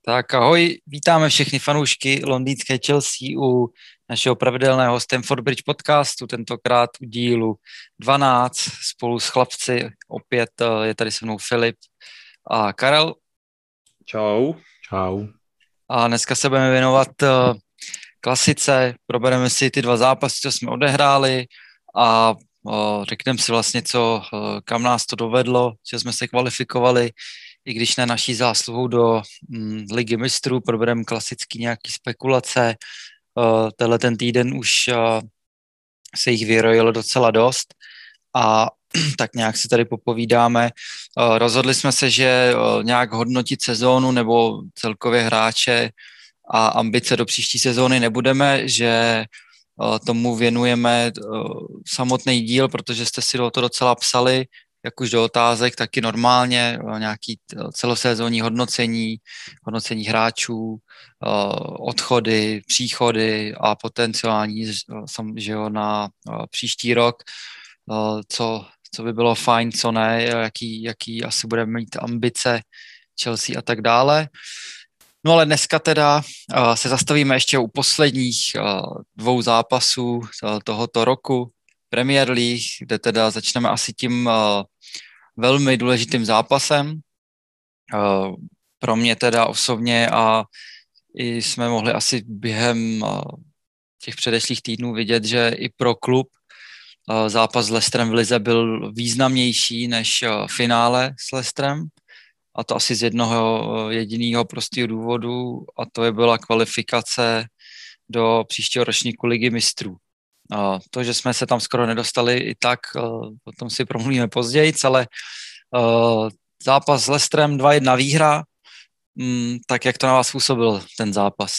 Tak ahoj, vítáme všechny fanoušky londýnské Chelsea u našeho pravidelného Stamford Bridge podcastu, tentokrát u dílu 12 spolu s chlapci. Opět je tady se mnou Filip a Karel. Čau. Čau. A dneska se budeme věnovat klasice, probereme si ty dva zápasy, co jsme odehráli a řekneme si vlastně, kam nás to dovedlo, že jsme se kvalifikovali, i když ne naší zásluhou do Ligy mistrů, probereme klasicky nějaký spekulace. Tenhle ten týden už se jich vyrojilo docela dost a tak nějak si tady popovídáme. Rozhodli jsme se, že nějak hodnotit sezónu nebo celkově hráče a ambice do příští sezóny nebudeme, že tomu věnujeme samotný díl, protože jste si do to docela psali, jak už do otázek, taky normálně, nějaký celosezónní hodnocení hráčů, odchody, příchody a potenciální, že jo, na příští rok, co by bylo fajn, co ne, jaký asi budeme mít ambice Chelsea a tak dále. No ale dneska teda se zastavíme ještě u posledních dvou zápasů tohoto roku Premier League, kde teda začneme asi tím velmi důležitým zápasem. Pro mě teda osobně a i jsme mohli asi během těch předešlých týdnů vidět, že i pro klub zápas s Leicesterem v lize byl významnější než finále s Leicesterem. A to asi z jednoho jediného prostého důvodu, a to je byla kvalifikace do příštího ročníku Ligy mistrů. To, že jsme se tam skoro nedostali i tak, o tom si promluvíme později, ale zápas s Leicesterem 2-1 výhra, tak jak to na vás působil ten zápas?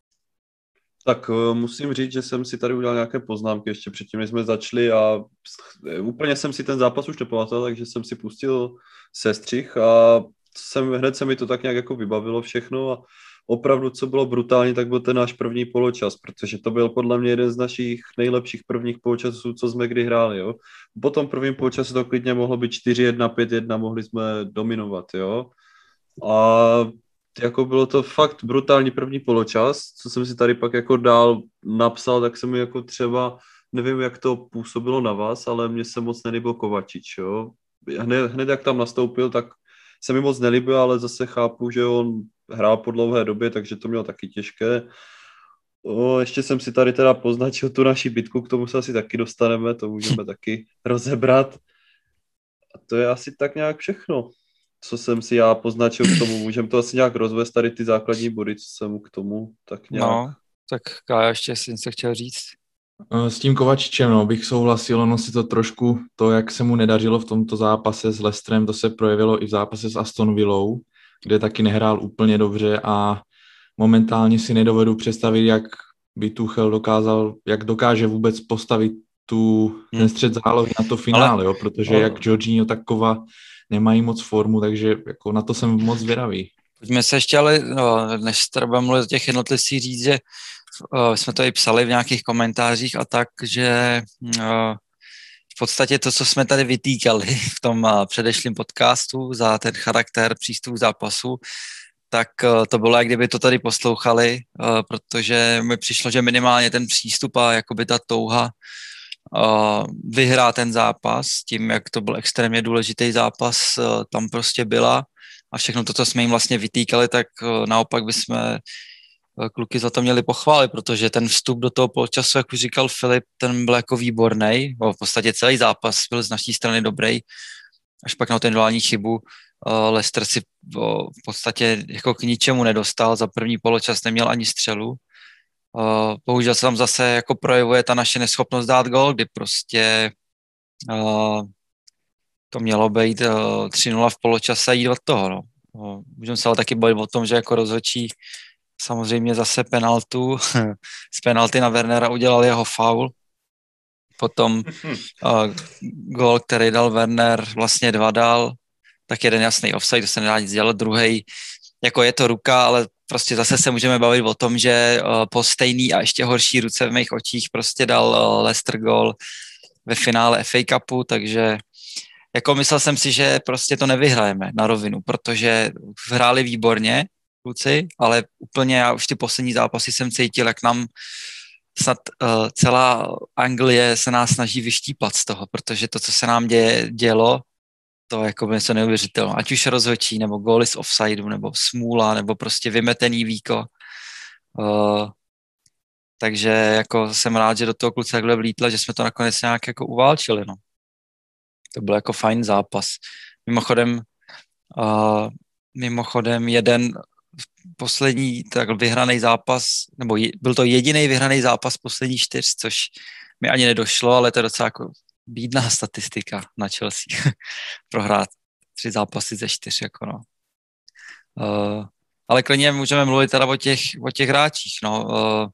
Tak musím říct, že jsem si tady udělal nějaké poznámky ještě předtím, než jsme začali a úplně jsem si ten zápas už nepamatoval, takže jsem si pustil sestřih a hned se mi to tak nějak jako vybavilo všechno a opravdu, co bylo brutální, tak byl ten náš první poločas, protože to byl podle mě jeden z našich nejlepších prvních poločasů, co jsme kdy hráli, jo. Po tom prvním poločasu to klidně mohlo být 4-1, 5-1, mohli jsme dominovat, jo. A jako bylo to fakt brutální první poločas, co jsem si tady pak jako dál napsal, tak se mi jako třeba, nevím, jak to působilo na vás, ale mně se moc nelíbil Kovačič, jo. Hned jak tam nastoupil, tak se mi moc nelíbil, ale zase chápu, že on hrál po dlouhé době, takže to mělo taky těžké. Ještě jsem si tady teda poznačil tu naši bitku, k tomu se asi taky dostaneme, to můžeme taky rozebrat. A to je asi tak nějak všechno, co jsem si já poznačil k tomu. Můžeme to asi nějak rozvést tady ty základní body, co jsem k tomu tak nějak. No, tak Kája ještě si něco chtěl říct. S tím Kovačičem, bych souhlasil, ono si to trošku, to, jak se mu nedařilo v tomto zápase s Leicesterem, to se projevilo i v zápase s Aston Villou, kde taky nehrál úplně dobře a momentálně si nedovedu představit, jak by Tuchel dokázal, jak dokáže vůbec postavit ten střed zálohy na to finále, jo, protože jak Jorginho, tak Kova nemají moc formu, takže jako na to jsem moc zvědavý. Pojďme se ještě, ale než teda budeme mluvit o těch jednotlivcích, říct, že jsme to i psali v nějakých komentářích a tak, že v podstatě to, co jsme tady vytýkali v tom předešlém podcastu za ten charakter přístupu zápasu, tak to bylo, jak kdyby to tady poslouchali, protože mi přišlo, že minimálně ten přístup a jakoby ta touha vyhrát ten zápas, tím, jak to byl extrémně důležitý zápas, tam prostě byla a všechno to, co jsme jim vlastně vytýkali, tak naopak bychom kluky za to měli pochválit, protože ten vstup do toho poločasu, jak už říkal Filip, ten byl jako výborný, v podstatě celý zápas byl z naší strany dobrý, až pak na ten duální chybu Leicester si v podstatě jako k ničemu nedostal, za první poločas neměl ani střelu. Bohužel se tam zase jako projevuje ta naše neschopnost dát gól, kdy prostě to mělo být 3-0 v poločase a jít od toho. No. Můžeme se ale taky bavit o tom, že jako rozhodčí samozřejmě zase penaltu. Z penalty na Wernera udělal jeho faul. Potom gól, který dal Werner, vlastně 2 dal, tak jeden jasný offside, to se nedá nic dělat. Druhý, jako je to ruka, ale prostě zase se můžeme bavit o tom, že po stejný a ještě horší ruce v mých očích prostě dal Leicester gól ve finále FA Cupu, takže jako myslel jsem si, že prostě to nevyhrajeme na rovinu, protože hráli výborně, kluci, ale úplně já už ty poslední zápasy jsem cítil, jak nám snad celá Anglie se nás snaží vyštípat z toho, protože to, co se nám dělo, to jako by něco neuvěřitelné. Ať už rozhodčí, nebo góly z offsideu, nebo smůla, nebo prostě vymetený víko. Takže jako jsem rád, že do toho kluci takhle vlítla, že jsme to nakonec nějak jako uválčili, no. To byl jako fajn zápas. Mimochodem jeden poslední tak vyhraný zápas, nebo byl to jediný vyhraný zápas poslední 4, což mi ani nedošlo, ale to je docela jako bídná statistika na Chelsea. Prohrát 3 zápasy ze 4, jako no. Ale klidně můžeme mluvit teda o těch hráčích, no.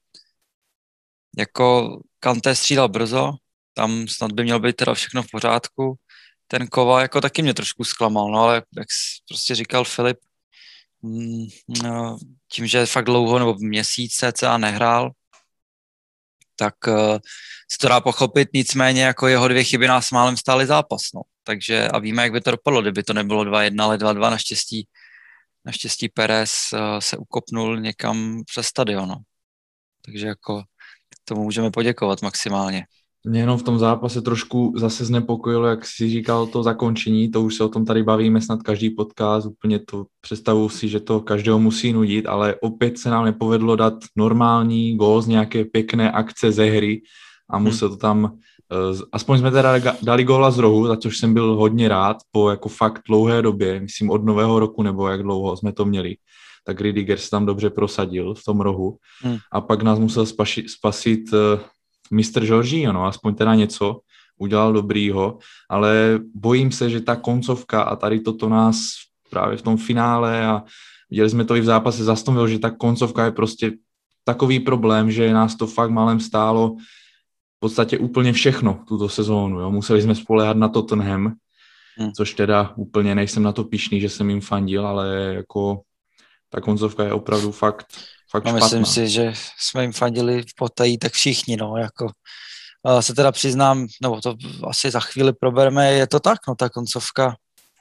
Jako Kanté střídal brzo, tam snad by mělo být teda všechno v pořádku. Ten Kova jako taky mě trošku zklamal, no, ale jak prostě říkal Filip, tím, že fakt dlouho nebo měsíc cca nehrál, tak se to dá pochopit, nicméně jako jeho 2 chyby nás málem stály zápas, no. Takže a víme, jak by to dopadlo, kdyby to nebylo 2-1, ale 2-2, naštěstí Perez se ukopnul někam přes stadion, no. Takže jako tomu můžeme poděkovat maximálně. Mě jenom v tom zápase trošku zase znepokojilo, jak si říkal, to zakončení, to už se o tom tady bavíme snad každý podcast, úplně to představuji si, že to každého musí nudit, ale opět se nám nepovedlo dát normální gól z nějaké pěkné akce ze hry a musel to tam, aspoň jsme teda dali góla z rohu, za což jsem byl hodně rád po jako fakt dlouhé době, myslím od nového roku nebo jak dlouho jsme to měli, tak Rüdiger se tam dobře prosadil v tom rohu a pak nás musel spasit Mr. Jorginho, no, aspoň teda něco udělal dobrýho, ale bojím se, že ta koncovka a tady toto nás právě v tom finále a viděli jsme to i v zápase s Aston Villou, že ta koncovka je prostě takový problém, že nás to fakt málem stálo v podstatě úplně všechno tuto sezónu. Jo. Museli jsme spoléhat na Tottenham, což teda úplně nejsem na to pyšný, že jsem jim fandil, ale jako ta koncovka je opravdu fakt špatná. Myslím si, že jsme jim fandili v potají tak všichni, no, jako se teda přiznám, nebo to asi za chvíli probereme, je to tak, no, ta koncovka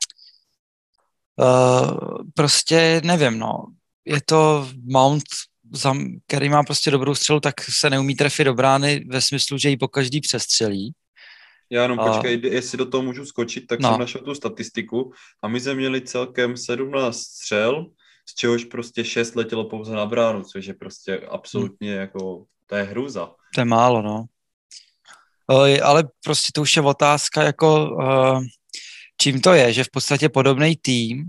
prostě nevím, no, je to Mount, který má prostě dobrou střelu, tak se neumí trefit do brány ve smyslu, že ji pokaždý přestřelí. Já jenom počkej, jestli do toho můžu skočit, tak jsem našel tu statistiku a my jsme měli celkem 17 střel, z čehož prostě 6 letělo pouze na bránu, což je prostě absolutně jako, to je hrůza. To je málo, no. Ale prostě to už je otázka, jako čím to je, že v podstatě podobný tým,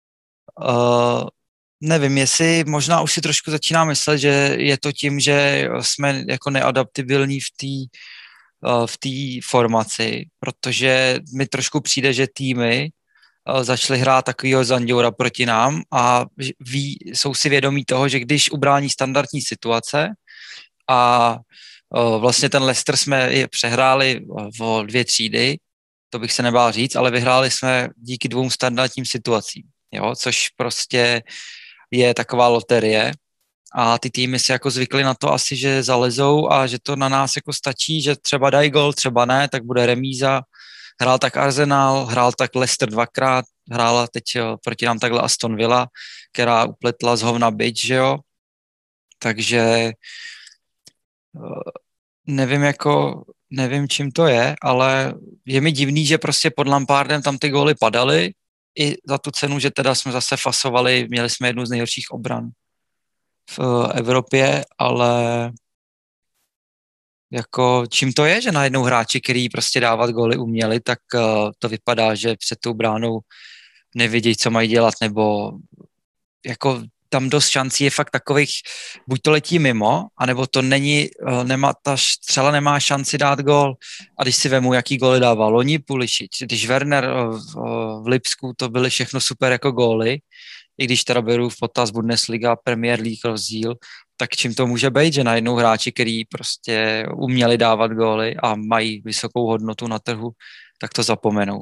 nevím, jestli možná už si trošku začíná myslet, že je to tím, že jsme jako neadaptibilní v té formaci, protože mi trošku přijde, že týmy začaly hrát takovýho Zanděura proti nám a jsou si vědomí toho, že když ubrání standardní situace a vlastně ten Leicester jsme je přehráli o 2 třídy, to bych se nebál říct, ale vyhráli jsme díky 2 standardním situacím, jo, což prostě je taková loterie a ty týmy si jako zvykly na to asi, že zalezou a že to na nás jako stačí, že třeba dají gol, třeba ne, tak bude remíza. Hrál tak Arsenal, hrál tak Leicester 2krát, hrála teď proti nám takhle Aston Villa, která upletla z hovna bič, že jo. Takže nevím, čím to je, ale je mi divný, že prostě pod Lampardem tam ty góly padaly i za tu cenu, že teda jsme zase fasovali, měli jsme jednu z nejhorších obran v Evropě, ale jako čím to je, že najednou hráči, který prostě dávat góly uměli, tak to vypadá, že před tou bránou nevědějí, co mají dělat, nebo jako tam dost šancí je fakt takových, buď to letí mimo, anebo to ta střela nemá šanci dát gól. A když si vemu, jaký góly dával loni Pulisic, když Werner v Lipsku, to byly všechno super jako góly, i když teda beru v potaz Bundesliga, Premier League rozdíl, tak čím to může být, že najednou hráči, který prostě uměli dávat góly a mají vysokou hodnotu na trhu, tak to zapomenou.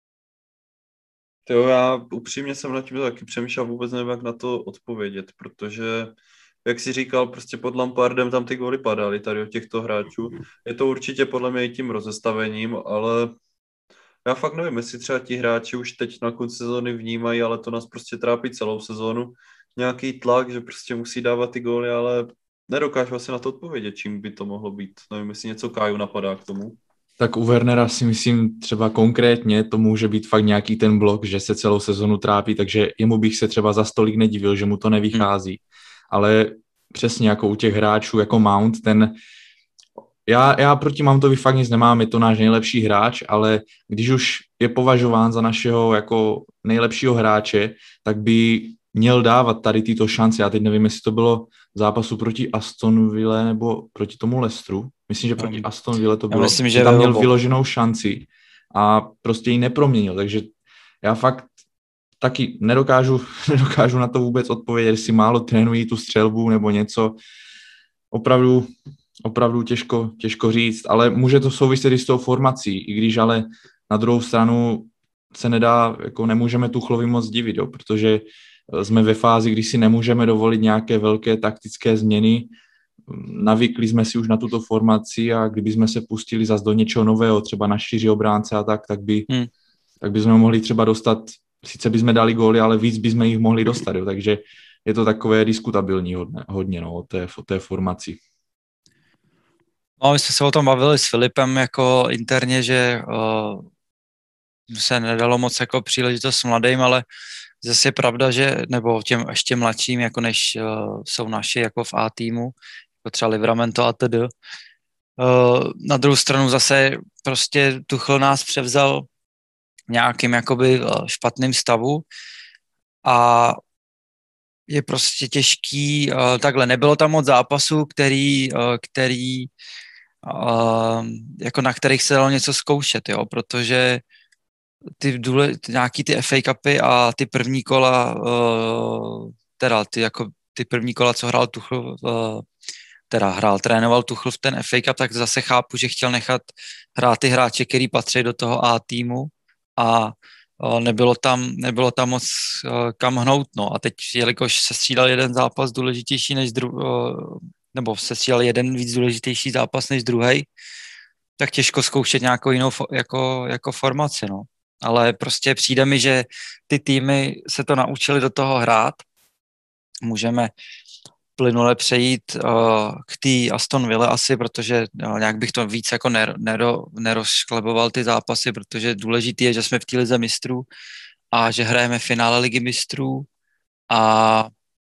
Jo, já upřímně jsem nad tím taky přemýšlel, vůbec nevím, jak na to odpovědět, protože, jak jsi říkal, prostě pod Lampardem tam ty góly padaly tady od těchto hráčů. Je to určitě podle mě i tím rozestavením, ale já fakt nevím, jestli třeba ti hráči už teď na konci sezóny vnímají, ale to nás prostě trápí celou sezónu, nějaký tlak, že prostě musí dávat ty góly, ale nedokážu asi na to odpovědět, čím by to mohlo být. Nevím, jestli něco Káju napadá k tomu. Tak u Wernera si myslím třeba konkrétně to může být fakt nějaký ten blok, že se celou sezonu trápí, takže jemu bych se třeba za stolik nedivil, že mu to nevychází. Ale přesně jako u těch hráčů, jako Mount, já proti Mountovi fakt nic nemám, je to náš nejlepší hráč, ale když už je považován za našeho jako nejlepšího hráče, tak by měl dávat tady tyto šance. Já teď nevím, jestli to bylo v zápasu proti Aston Ville nebo proti tomu Leicesteru. Myslím, že proti Aston Ville to bylo. Myslím, že tam měl vyloženou šanci a prostě ji neproměnil. Takže já fakt taky nedokážu na to vůbec odpovědět, jestli málo trénují tu střelbu nebo něco. Opravdu těžko říct, ale může to souviset i s tou formací, i když ale na druhou stranu se nedá, jako nemůžeme Tuchlovi moc divit, jo, protože jsme ve fázi, kdy si nemůžeme dovolit nějaké velké taktické změny. Navykli jsme si už na tuto formaci a kdyby jsme se pustili zase do něčeho nového, třeba na 4 obránce a tak by jsme mohli třeba dostat, sice bychom dali góly, ale víc bychom jich mohli dostat, jo, takže je to takové diskutabilní hodně no, o té formaci. No, my jsme se o tom bavili s Filipem jako interně, že se nedalo moc jako příležitost mladým, ale zase je pravda, že, nebo těm ještě mladším, jako než jsou naši jako v A týmu, jako třeba Livramento a td. Na druhou stranu zase prostě Tuchl nás převzal nějakým jakoby špatným stavu a je prostě těžký, takhle, nebylo tam moc zápasů, který jako na kterých se dalo něco zkoušet, jo, protože nějaký ty FA Cupy a ty první kola, ty první kola, co hrál Tuchl, trénoval Tuchl v ten FA Cup, tak zase chápu, že chtěl nechat hrát ty hráče, který patří do toho A týmu a nebylo tam moc kam hnout, no a teď, jelikož se střídal jeden zápas důležitější než nebo se střídal jeden víc důležitější zápas než druhý, tak těžko zkoušet nějakou jinou jako formaci, no. Ale prostě přijde mi, že ty týmy se to naučili do toho hrát. Můžeme plynule přejít k té Aston Ville asi, protože nějak bych to víc jako nerozškleboval ty zápasy, protože důležitý je, že jsme v té lize mistrů a že hrajeme finále ligy mistrů a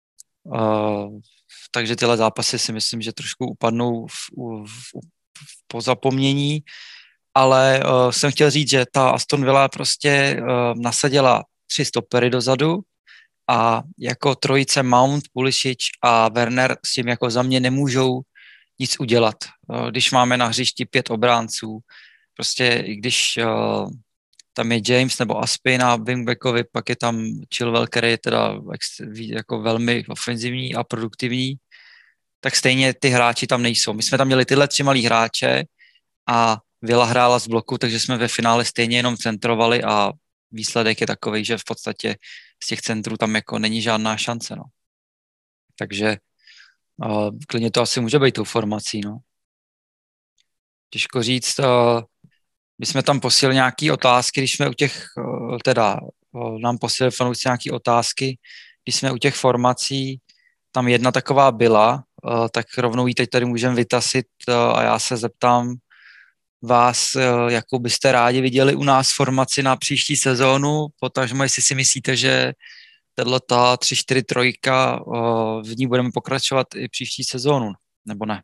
takže tyhle zápasy si myslím, že trošku upadnou po zapomnění, ale jsem chtěl říct, že ta Aston Villa prostě nasadila 3 stopery dozadu a jako trojice Mount, Pulisic a Werner s tím jako za mě nemůžou nic udělat. Když máme na hřišti 5 obránců, prostě i když tam je James nebo Aspy na wingbackovi, pak je tam Chilwell, který je teda jako velmi ofenzivní a produktivní, tak stejně ty hráči tam nejsou. My jsme tam měli tyhle 3 malí hráče a Villa hrála z bloku, takže jsme ve finále stejně jenom centrovali a výsledek je takový, že v podstatě z těch centrů tam jako není žádná šance, no. Takže klidně to asi může být tou formací, no. Těžko říct, my jsme tam posílali nějaké otázky, když jsme u těch, nám posílali fanoušci nějaké otázky, když jsme u těch formací, tam jedna taková byla, tak rovnou ji teď tady můžeme vytasit a já se zeptám vás, jakou byste rádi viděli u nás formaci na příští sezónu, potažmo, jestli si myslíte, že tato 3-4-3, v ní budeme pokračovat i příští sezónu, nebo ne?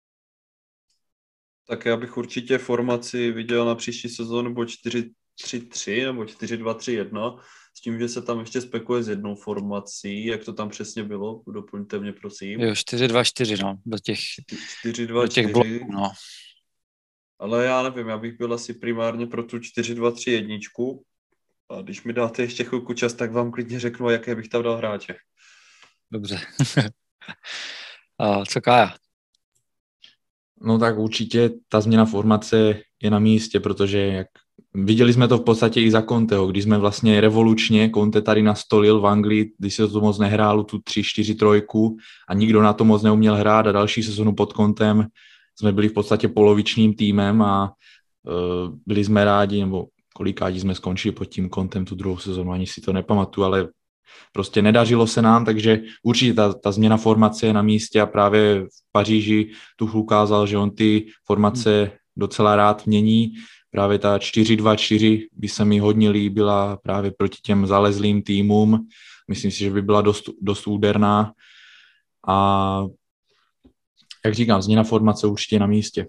Tak já bych určitě formaci viděl na příští sezónu nebo 4-3-3 nebo 4-2-3-1, s tím, že se tam ještě spekuluje s jednou formací, jak to tam přesně bylo, doplňte mě, prosím. Jo, 4-2-4, no, do těch bloků, no. Ale já nevím, já bych byl asi primárně pro tu 4-2-3-1. A když mi dáte ještě chvilku čas, tak vám klidně řeknu, jaké bych tam dal hráče. Dobře. A co Kája? No tak určitě ta změna formace je na místě, protože viděli jsme to v podstatě i za Conteho, když jsme vlastně revolučně, Conte tady nastolil v Anglii, když se to moc nehrálo, tu 3-4-3 a nikdo na to moc neuměl hrát a další sezonu pod Contem jsme byli v podstatě polovičním týmem a byli jsme rádi, nebo kolikáti jsme skončili pod tím Contem tu druhou sezonu, ani si to nepamatuju, ale prostě nedařilo se nám, takže určitě ta změna formace je na místě a právě v Paříži Tuchel ukázal, že on ty formace docela rád mění. Právě ta 4-2-4 by se mi hodně líbila právě proti těm zalezlým týmům. Myslím si, že by byla dost úderná. A jak říkám, změna formace určitě na místě.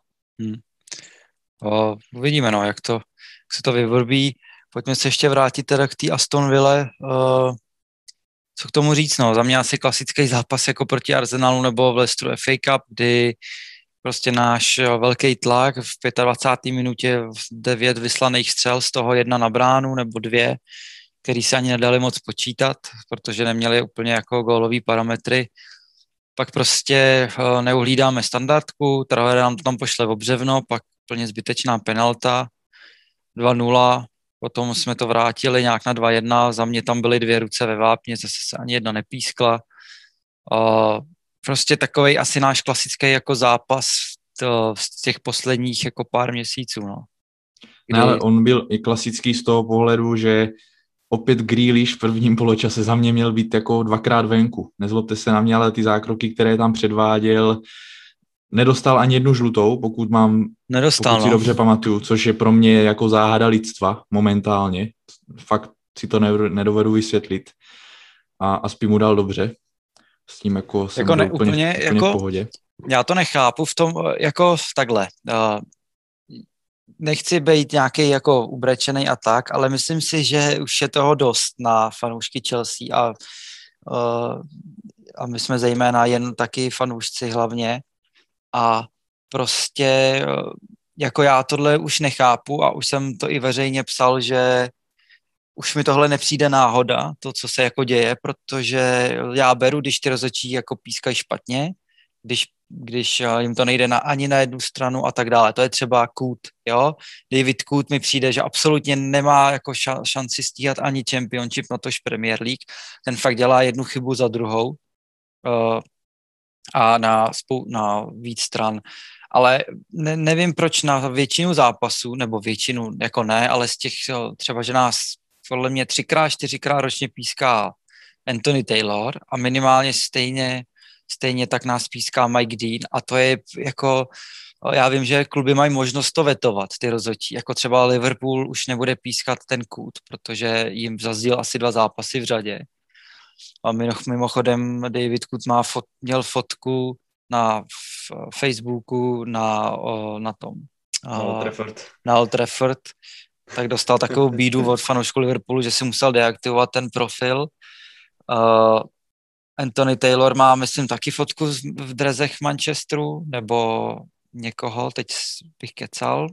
Uvidíme, no, jak se to vyvrbí. Pojďme se ještě vrátit teda k té Aston Ville. Co k tomu říct, no, za mě asi klasický zápas jako proti Arsenalu nebo v Leicesteru FA Cup, kdy prostě náš velký tlak v 25. minutě 9 vyslaných střel, z toho 1 na bránu nebo 2, který se ani nedali moc počítat, protože neměli úplně jako gólový parametry. Pak prostě neuhlídáme standardku, Traoré nám to tam pošle v břevno, pak plně zbytečná penalta, 2-0, potom jsme to vrátili nějak na 2-1, za mě tam byly 2 ruce ve vápně, zase se ani jedna nepískla. Prostě takovej asi náš klasický jako zápas z těch posledních jako pár měsíců, no. Kdy... Ne, ale on byl i klasický z toho pohledu, že opět Grealish v prvním poločase za mě měl být jako 2krát venku. Nezlobte se na mě, ale ty zákroky, které tam předváděl, nedostal ani jednu žlutou, pokud si dobře pamatuju, což je pro mě jako záhada lidstva momentálně. Fakt si to nedovedu vysvětlit. A spíš mu dal dobře. S tím jako jsem jako byl úplně jako, v pohodě. Já to nechápu v tom, jako takhle. Nechci být nějaký jako ubrečený a tak, ale myslím si, že už je toho dost na fanoušky Chelsea a my jsme zejména jen taky fanoušci hlavně a prostě jako já tohle už nechápu a už jsem to i veřejně psal, že už mi tohle nepřijde náhoda, to, co se jako děje, protože já beru, když ty rozhodčí jako pískají špatně, když jim to nejde ani na jednu stranu a tak dále. To je třeba Coot, jo. David Coot mi přijde, že absolutně nemá jako šanci stíhat ani Championship, natož Premier League. Ten fakt dělá jednu chybu za druhou a na víc stran. Ale nevím, proč na většinu zápasů, nebo většinu, jako ne, ale z těch třeba, že nás podle mě 3x, 4x ročně píská Anthony Taylor a minimálně stejně tak nás píská Mike Dean a to je jako, já vím, že kluby mají možnost to vetovat, ty rozhodčí, jako třeba Liverpool už nebude pískat ten Coot, protože jim zazdíl asi 2 zápasy v řadě. A mimochodem David Coot měl fotku na Facebooku na tom. Na Old Trafford. Tak dostal takovou bídu od fanoušku Liverpoolu, že si musel deaktivovat ten profil. Anthony Taylor má, myslím, taky fotku v drezech Manchesteru, nebo někoho, teď bych kecal.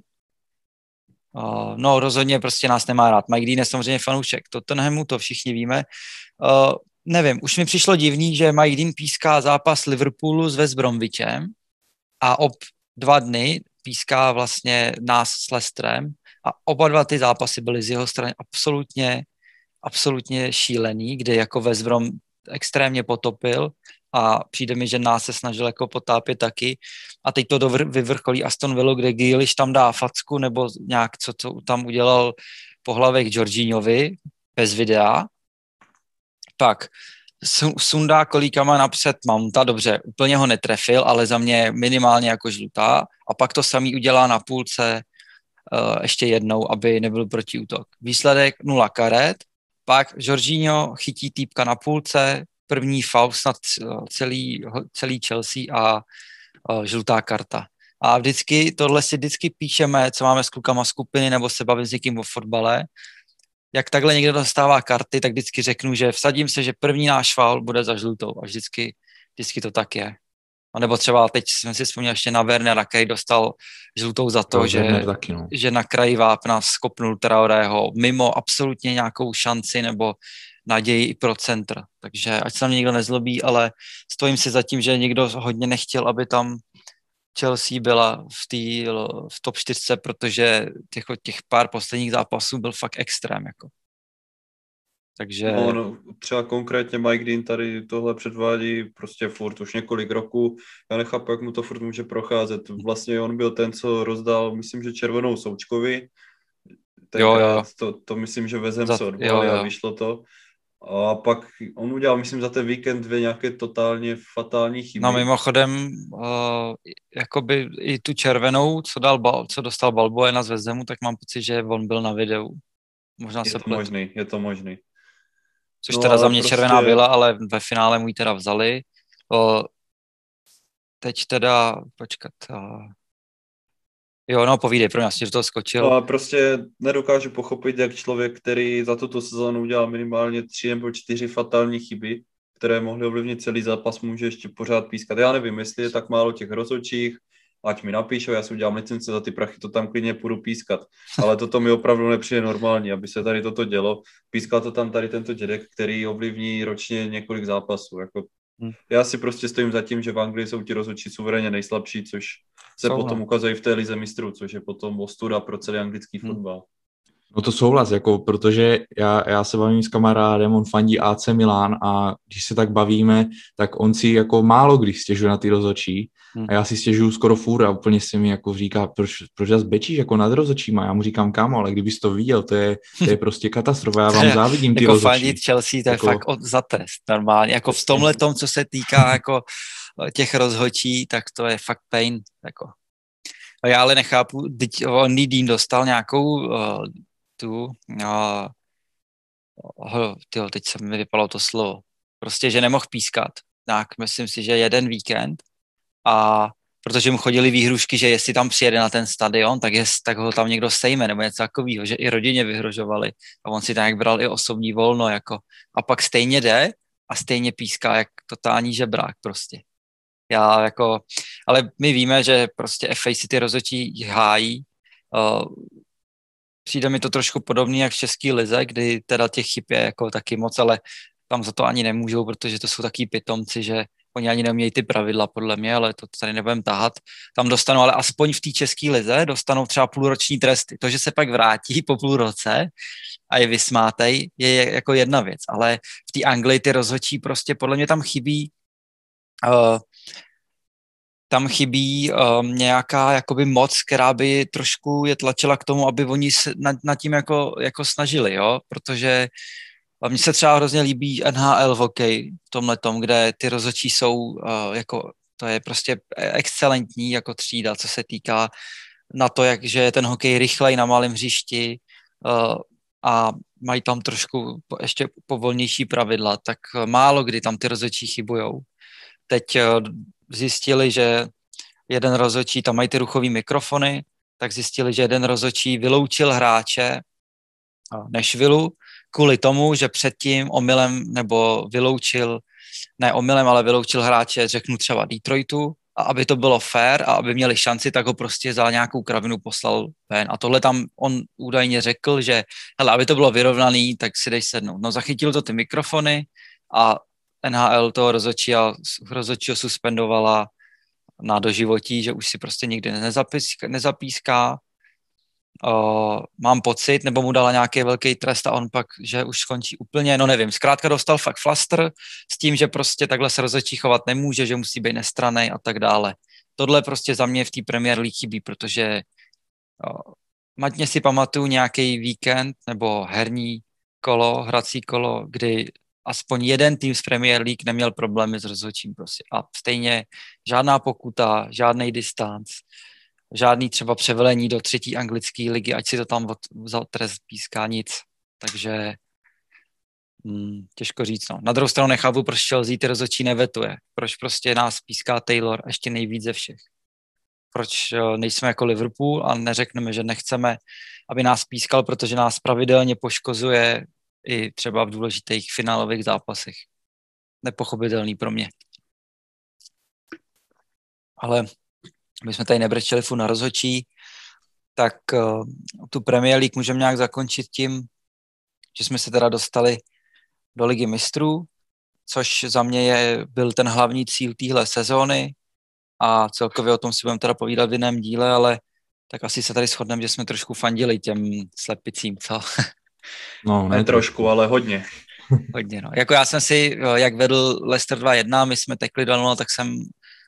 No, rozhodně prostě nás nemá rád. Mike Dean je samozřejmě fanoušek Tottenhamu, to všichni víme. Nevím, už mi přišlo divný, že Mike Dean píská zápas Liverpoolu s West Bromwichem a 2 dny píská vlastně nás s Leicesterem a oba 2 ty zápasy byly z jeho strany absolutně šílený, kde jako West Brom extrémně potopil a přijde mi, že nás se snažil jako potápět taky a teď to vyvrcholí Aston Villa, kde Grealish tam dá facku nebo nějak co tam udělal po hlavech Jorginhovi bez videa. Pak sundá kolíkama napřed Mounta, dobře, úplně ho netrefil, ale za mě minimálně jako žlutá a pak to samý udělá na půlce ještě jednou, aby nebyl protiútok. Výsledek 0 karet, pak Jorginho chytí týpka na půlce, první faul snad celý Chelsea a žlutá karta. A tohle si vždycky píšeme, co máme s klukama skupiny, nebo se bavím s někým o fotbale. Jak takhle někdo dostává karty, tak vždycky řeknu, že vsadím se, že první náš faul bude za žlutou. A vždycky to tak je. A nebo třeba teď jsem si vzpomněl ještě na Wernera, který dostal žlutou za to, že na kraji vápna skopnul Traorého mimo absolutně nějakou šanci nebo naději i pro centr. Takže ať se tam někdo nezlobí, ale stojím si za tím, že někdo hodně nechtěl, aby tam Chelsea byla v top 4, protože těch pár posledních zápasů byl fakt extrém. Jako. Takže... No, třeba konkrétně Mike Dean tady tohle předvádí prostě furt už několik roků. Já nechápu, jak mu to furt může procházet. Vlastně on byl ten, co rozdal, myslím, že červenou Součkovi. Jo. To myslím, že vezem se odvolali a vyšlo to. A pak on udělal, myslím, za ten víkend 2 nějaké totálně fatální chyby. No mimochodem, jakoby i tu červenou, co dostal Balbuena z Vezdemu, tak mám pocit, že on byl na videu. Možná se pletu. Je to možný. Což No, teda za ale mě prostě... červená byla, ale ve finále mu ji teda vzali. Teď teda, počkat. Jo, no povídej, pro mě, že to skočil. No a prostě nedokážu pochopit, jak člověk, který za tuto sezónu udělal minimálně 3 nebo 4 fatální chyby, které mohly ovlivnit celý zápas, může ještě pořád pískat. Já nevím, jestli je tak málo těch rozhodčích, ať mi napíšou, já si udělám licence za ty prachy, to tam klidně půjdu pískat. Ale toto mi opravdu nepřijde normální, aby se tady toto dělo. Pískal to tam tady tento dědek, který ovlivní ročně několik zápasů. Jako já si prostě stojím za tím, že v Anglii jsou ti rozhodčí suverénně nejslabší, což se potom ukazuje v té lize mistrů, což je potom ostuda pro celý anglický fotbal. No to souhlas, jako, protože já se bavím s kamarádem, on fandí AC Milan a když se tak bavíme, tak on si jako málo když stěžuje na ty rozhodčí a já si stěžuju skoro furt a úplně se mi jako říká, proč zas bečíš jako nad rozhodčíma, já mu říkám kámo, ale kdybys to viděl, to je prostě katastrofa, já vám závidím ty jako rozhodčí. Jako fandit Chelsea, to je fakt za test normálně, jako v tomhle tom, co se týká jako těch rozhodčí, tak to je fakt pain, jako. Já ale nechápu, Only Dean dostal nějakou teď se mi vypalo to slovo. Prostě, že nemohl pískat. Tak myslím si, že jeden víkend a protože mu chodili výhrušky, že jestli tam přijede na ten stadion, tak ho tam někdo sejme nebo něco takového, že i rodině vyhrožovali a on si tak bral i osobní volno jako a pak stejně jde a stejně píská jak totální žebrák prostě. Ale my víme, že prostě FA si ty rozhodčí hájí. Přijde mi to trošku podobný jak v české lize, kdy teda těch chyb je jako taky moc, ale tam za to ani nemůžou, protože to jsou taky pitomci, že oni ani neumějí ty pravidla podle mě, ale to tady nebudem tahat. Tam dostanou, ale aspoň v té české lize dostanou třeba půlroční tresty. To, že se pak vrátí po půl roce a je vysmátej, je jako jedna věc, ale v té Anglii ty rozhodčí prostě podle mě tam chybí nějaká jakoby moc, která by trošku je tlačila k tomu, aby oni se nad tím jako snažili, jo, protože mně se třeba hrozně líbí NHL v hokeji v tomhletom, kde ty rozhodčí jsou jako, to je prostě excelentní jako třída, co se týká na to, že je ten hokej rychlej na malém hřišti a mají tam trošku ještě povolnější pravidla, tak málo kdy tam ty rozhodčí chybujou. Teď zjistili, že jeden rozhodčí, tam mají ty ruchové mikrofony, tak zjistili, že jeden rozhodčí vyloučil hráče Nashvillu kvůli tomu, že předtím omylem nebo vyloučil hráče, řeknu třeba Detroitu, a aby to bylo fair a aby měli šanci, tak ho prostě za nějakou kravinu poslal ven. A tohle tam on údajně řekl, že hele, aby to bylo vyrovnaný, tak si dej sednout. No zachytil to ty mikrofony a NHL toho rozhodčího suspendovala na doživotí, že už si prostě nikdy nezapíská. Mám pocit, nebo mu dala nějaký velký trest a on pak, že už skončí úplně, no nevím, zkrátka dostal fakt flaster s tím, že prostě takhle se rozhodčí chovat nemůže, že musí být nestranný a tak dále. Tohle prostě za mě v té Premier League chybí, protože matně si pamatuju nějaký víkend nebo hrací kolo, kdy aspoň jeden tým z Premier League neměl problémy s rozhodčím prostě. A stejně žádná pokuta, žádný distanc, žádný třeba převelení do 3. anglické ligy, ať si to tam za trest píská, nic. Takže těžko říct. No. Na druhou stranu nechápu, proč Chelsea ty rozhodčí nevetuje. Proč prostě nás píská Taylor ještě nejvíc ze všech. Proč nejsme jako Liverpool a neřekneme, že nechceme, aby nás pískal, protože nás pravidelně poškozuje i třeba v důležitých finálových zápasech. Nepochopitelný pro mě. Ale my jsme tady nebrečeli na rozhodčí, tak tu Premier League můžeme nějak zakončit tím, že jsme se teda dostali do Ligy mistrů, což za mě byl ten hlavní cíl téhle sezóny a celkově o tom si budeme teda povídat v jiném díle, ale tak asi se tady shodneme, že jsme trošku fandili těm slepicím, co? No, ne trošku, ale hodně. Hodně, no. Jako já jsem si, jak vedl Leicester 2-1, my jsme tekli 2-0, tak jsem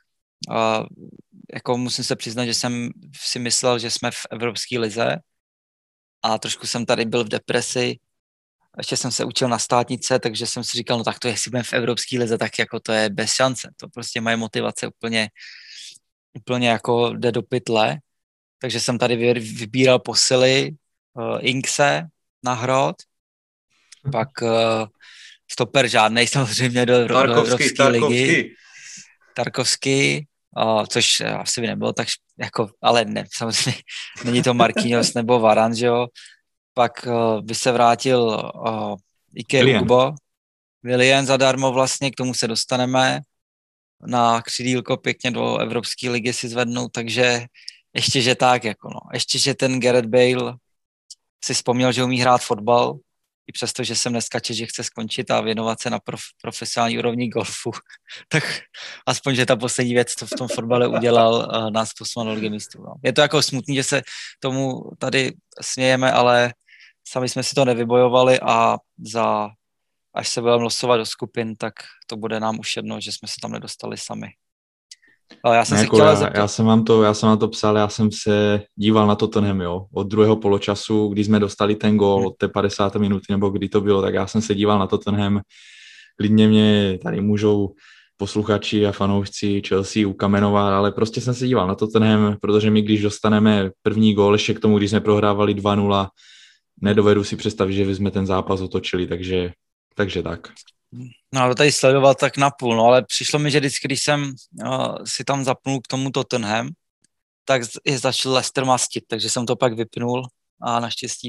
jako musím se přiznat, že jsem si myslel, že jsme v Evropské lize a trošku jsem tady byl v depresi ještě jsem se učil na státnice, takže jsem si říkal, no tak to jestli budeme v evropské lize, tak jako to je bez šance. To prostě moje motivace úplně jako jde do pytle. Takže jsem tady vybíral posily Inkse na Hrod, pak stoper žádnej samozřejmě do Evropské ligy. Tarkovský, což asi by nebylo tak jako, ale ne, samozřejmě není to Marquinhos nebo Varane, že jo. Pak by se vrátil Ike Ugbo, Willian zadarmo vlastně, k tomu se dostaneme, na křídílko pěkně do Evropské ligy si zvednou, takže ještě, že tak, jako no. Ještě, že ten Gareth Bale si vzpomněl, že umí hrát fotbal, i přesto, že jsem neskače, že chce skončit a věnovat se na profesionální úrovni golfu, tak aspoň, že ta poslední věc, co v tom fotbale udělal, nás poslal do Ligy mistrů. No. Je to jako smutný, že se tomu tady smějeme, ale sami jsme si to nevybojovali a až se budeme losovat do skupin, tak to bude nám už jedno, že jsme se tam nedostali sami. Já jsem já jsem vám to psal, já jsem se díval na Tottenham, jo, od druhého poločasu, kdy jsme dostali ten gól od té 50. minuty, nebo kdy to bylo, tak já jsem se díval na Tottenham, klidně mě tady můžou posluchači a fanoušci Chelsea ukamenovat, ale prostě jsem se díval na Tottenham, protože my, když dostaneme první gól, ještě k tomu, když jsme prohrávali 2-0, nedovedu si představit, že jsme ten zápas otočili, takže tak. No, tady sledoval tak napůl, no, ale přišlo mi, že vždycky, když jsem si tam zapnul k tomu Tottenham, tak začal Leicester mastit, takže jsem to pak vypnul a naštěstí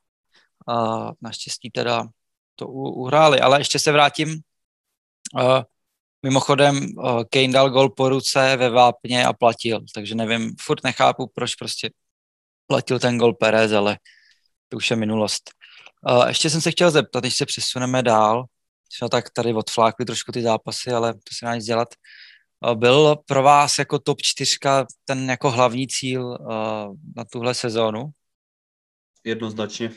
teda to uhráli. Ale ještě se vrátím. Mimochodem, Kane dal gol po ruce ve vápně a platil, takže nevím, furt nechápu, proč prostě platil ten gol Perez, ale to už je minulost. Ještě jsem se chtěl zeptat, když se přesuneme dál, jsme tak tady odflákli trošku ty zápasy, ale to se dá nic dělat. Byl pro vás jako top 4 ten jako hlavní cíl na tuhle sezónu? Jednoznačně.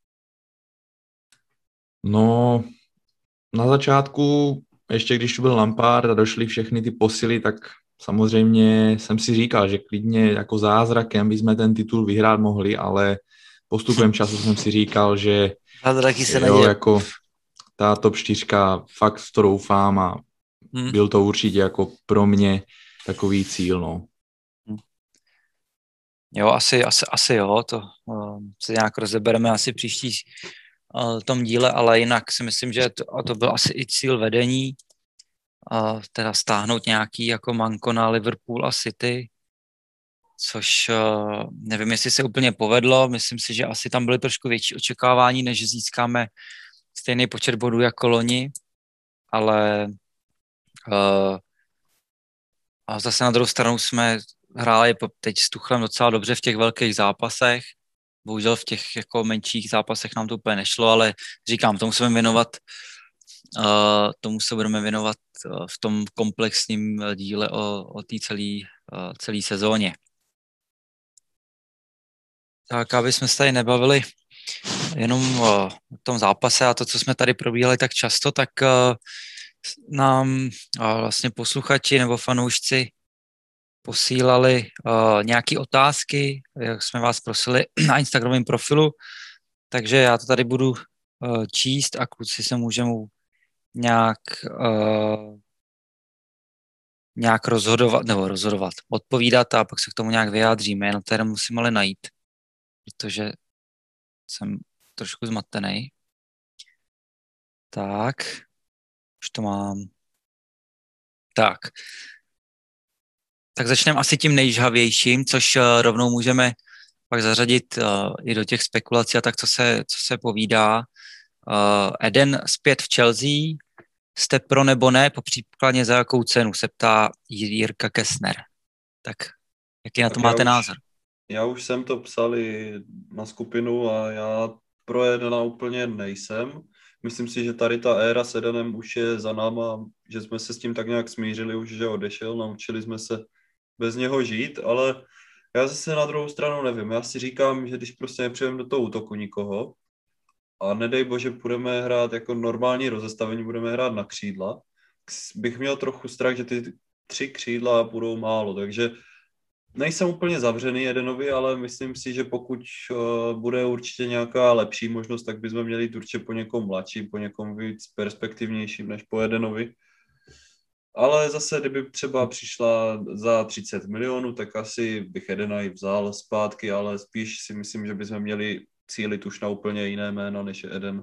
No, na začátku, ještě když tu byl Lampard a došly všechny ty posily, tak samozřejmě jsem si říkal, že klidně jako zázrakem bychom ten titul vyhrát mohli, ale postupem času jsem si říkal, že zázraky se jako ta top 4, fakt to doufám a byl to určitě jako pro mě takový cíl, no. Jo, asi jo, to se nějak rozebereme asi příští tom díle, ale jinak si myslím, že to byl asi i cíl vedení, teda stáhnout nějaký jako manko na Liverpool a City, což nevím, jestli se úplně povedlo, myslím si, že asi tam byly trošku větší očekávání, než získáme stejný počet bodů jako loni, ale a zase na druhou stranu jsme hráli teď s Tuchlem docela dobře v těch velkých zápasech. Bohužel v těch jako menších zápasech nám to úplně nešlo, ale říkám, tomu se budeme věnovat v tom komplexním díle o té celé sezóně. Tak, aby jsme se tady nebavili jenom o tom zápase a to, co jsme tady probíhali tak často, tak nám vlastně posluchači nebo fanoušci posílali nějaké otázky, jak jsme vás prosili na Instagramovém profilu, takže já to tady budu číst a kluci se můžou nějak rozhodovat, odpovídat a pak se k tomu nějak vyjádříme, jenom teda musím ale najít, protože jsem trošku zmatený. Tak, už to mám. Tak začneme asi tím nejžhavějším, což rovnou můžeme pak zařadit i do těch spekulací a tak, co se povídá. Eden zpět v Chelsea, jste pro nebo ne, popříkladně za jakou cenu, se ptá Jirka Kessner. Tak jaký na to máte názor? Já už jsem to psal i na skupinu a já pro Edena úplně nejsem. Myslím si, že tady ta éra s Edenem už je za náma, že jsme se s tím tak nějak smířili už, že odešel, naučili jsme se bez něho žít, ale já zase na druhou stranu nevím. Já si říkám, že když prostě nepřijeme do toho útoku nikoho a nedej bože budeme hrát jako normální rozestavení, budeme hrát na křídla, bych měl trochu strach, že ty 3 křídla budou málo, takže nejsem úplně zavřený Edenovi, ale myslím si, že pokud bude určitě nějaká lepší možnost, tak bychom měli jít určitě po někom mladším, po někom víc perspektivnějším než po Edenovi. Ale zase, kdyby třeba přišla za 30 milionů, tak asi bych Edena i vzal zpátky, ale spíš si myslím, že bychom měli cílit už na úplně jiné jméno, než je Eden.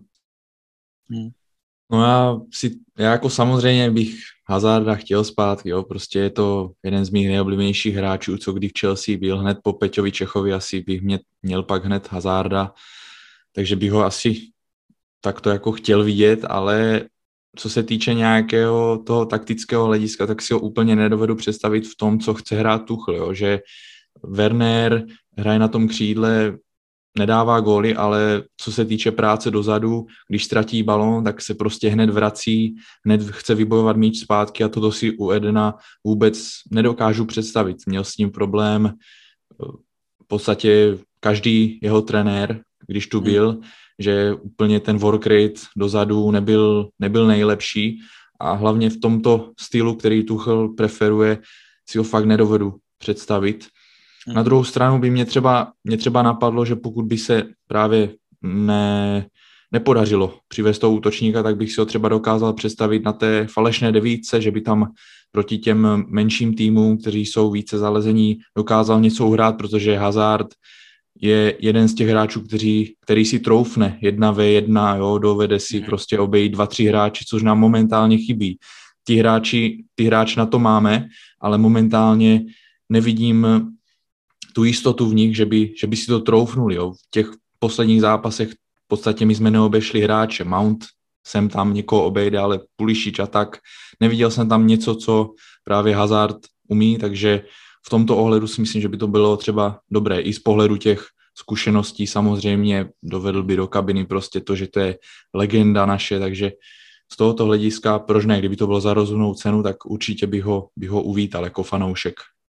No já jako samozřejmě bych Hazarda chtěl zpátky, jo, prostě je to jeden z mých nejoblíbenějších hráčů, co kdy v Chelsea byl, hned po Peťovi Čechovi asi bych měl pak hned Hazarda, takže bych ho asi takto jako chtěl vidět, ale co se týče nějakého toho taktického hlediska, tak si ho úplně nedovedu představit v tom, co chce hrát Tuchel, jo, že Werner hraje na tom křídle, nedává góly, ale co se týče práce dozadu, když ztratí balón, tak se prostě hned vrací, hned chce vybojovat míč zpátky a toto si u Edena vůbec nedokážu představit. Měl s ním problém v podstatě každý jeho trenér, když tu byl, že úplně ten work rate dozadu nebyl nejlepší a hlavně v tomto stylu, který Tuchel preferuje, si ho fakt nedovedu představit. Na druhou stranu by mě třeba napadlo, že pokud by se právě nepodařilo přivést toho útočníka, tak bych si ho třeba dokázal představit na té falešné devítce, že by tam proti těm menším týmům, kteří jsou více zalezení, dokázal něco uhrát, protože Hazard je jeden z těch hráčů, který si troufne 1v1, jo, dovede si prostě obejít 2-3 hráči, což nám momentálně chybí. Ty hráči na to máme, ale momentálně nevidím tu jistotu v nich, že by si to troufnuli. Jo. V těch posledních zápasech v podstatě my jsme neobešli hráče. Mount jsem tam někoho obejde, ale Pulisic a tak. Neviděl jsem tam něco, co právě Hazard umí, takže v tomto ohledu si myslím, že by to bylo třeba dobré. I z pohledu těch zkušeností samozřejmě dovedl by do kabiny prostě to, že to je legenda naše, takže z tohoto hlediska, proč ne, kdyby to bylo za rozumnou cenu, tak určitě bych ho uvítal jako fanoušek.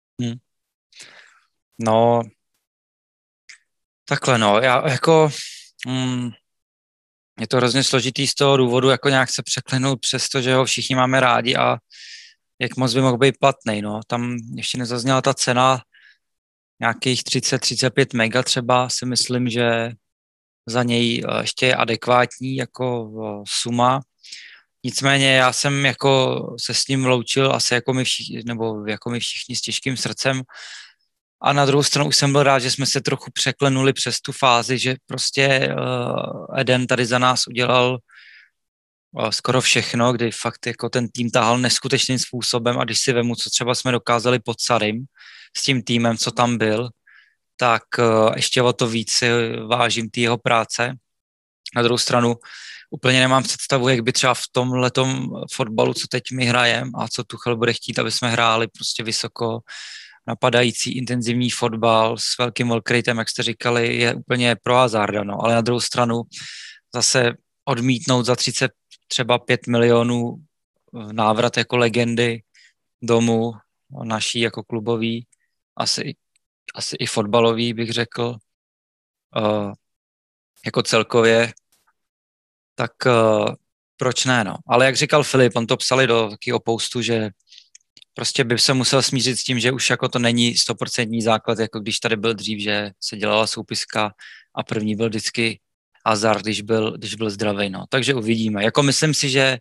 No, takhle no, já jako je to hrozně složitý z toho důvodu, jako nějak se překlenout přes to, že ho všichni máme rádi a jak moc by mohl být platnej, no. Tam ještě nezazněla ta cena nějakých 30-35 mega třeba, si myslím, že za něj ještě je adekvátní jako suma. Nicméně já jsem jako se s ním loučil asi jako my všichni, nebo jako my všichni s těžkým srdcem. A na druhou stranu už jsem byl rád, že jsme se trochu překlenuli přes tu fázi, že prostě Eden tady za nás udělal skoro všechno, kdy fakt jako ten tým tahal neskutečným způsobem a když si vemu, co třeba jsme dokázali pod Sarim s tím týmem, co tam byl, tak ještě o to víc si vážím té jeho práce. Na druhou stranu úplně nemám představu, jak by třeba v tomhletom fotbalu, co teď my hrajeme a co Tuchel bude chtít, aby jsme hráli prostě vysoko napadající intenzivní fotbal s velkým workratem, jak jste říkali, je úplně pro Hazarda, no. Ale na druhou stranu zase odmítnout za 30 třeba 5 milionů návrat jako legendy domů, naší jako klubový, asi i fotbalový bych řekl, jako celkově, tak proč ne, no. Ale jak říkal Filip, on to psali do takového postu, že prostě by se musel smířit s tím, že už jako to není 100% základ, jako když tady byl dřív, že se dělala soupiska a první byl vždycky Hazard, když byl zdravý, no. Takže uvidíme. Jako myslím si, že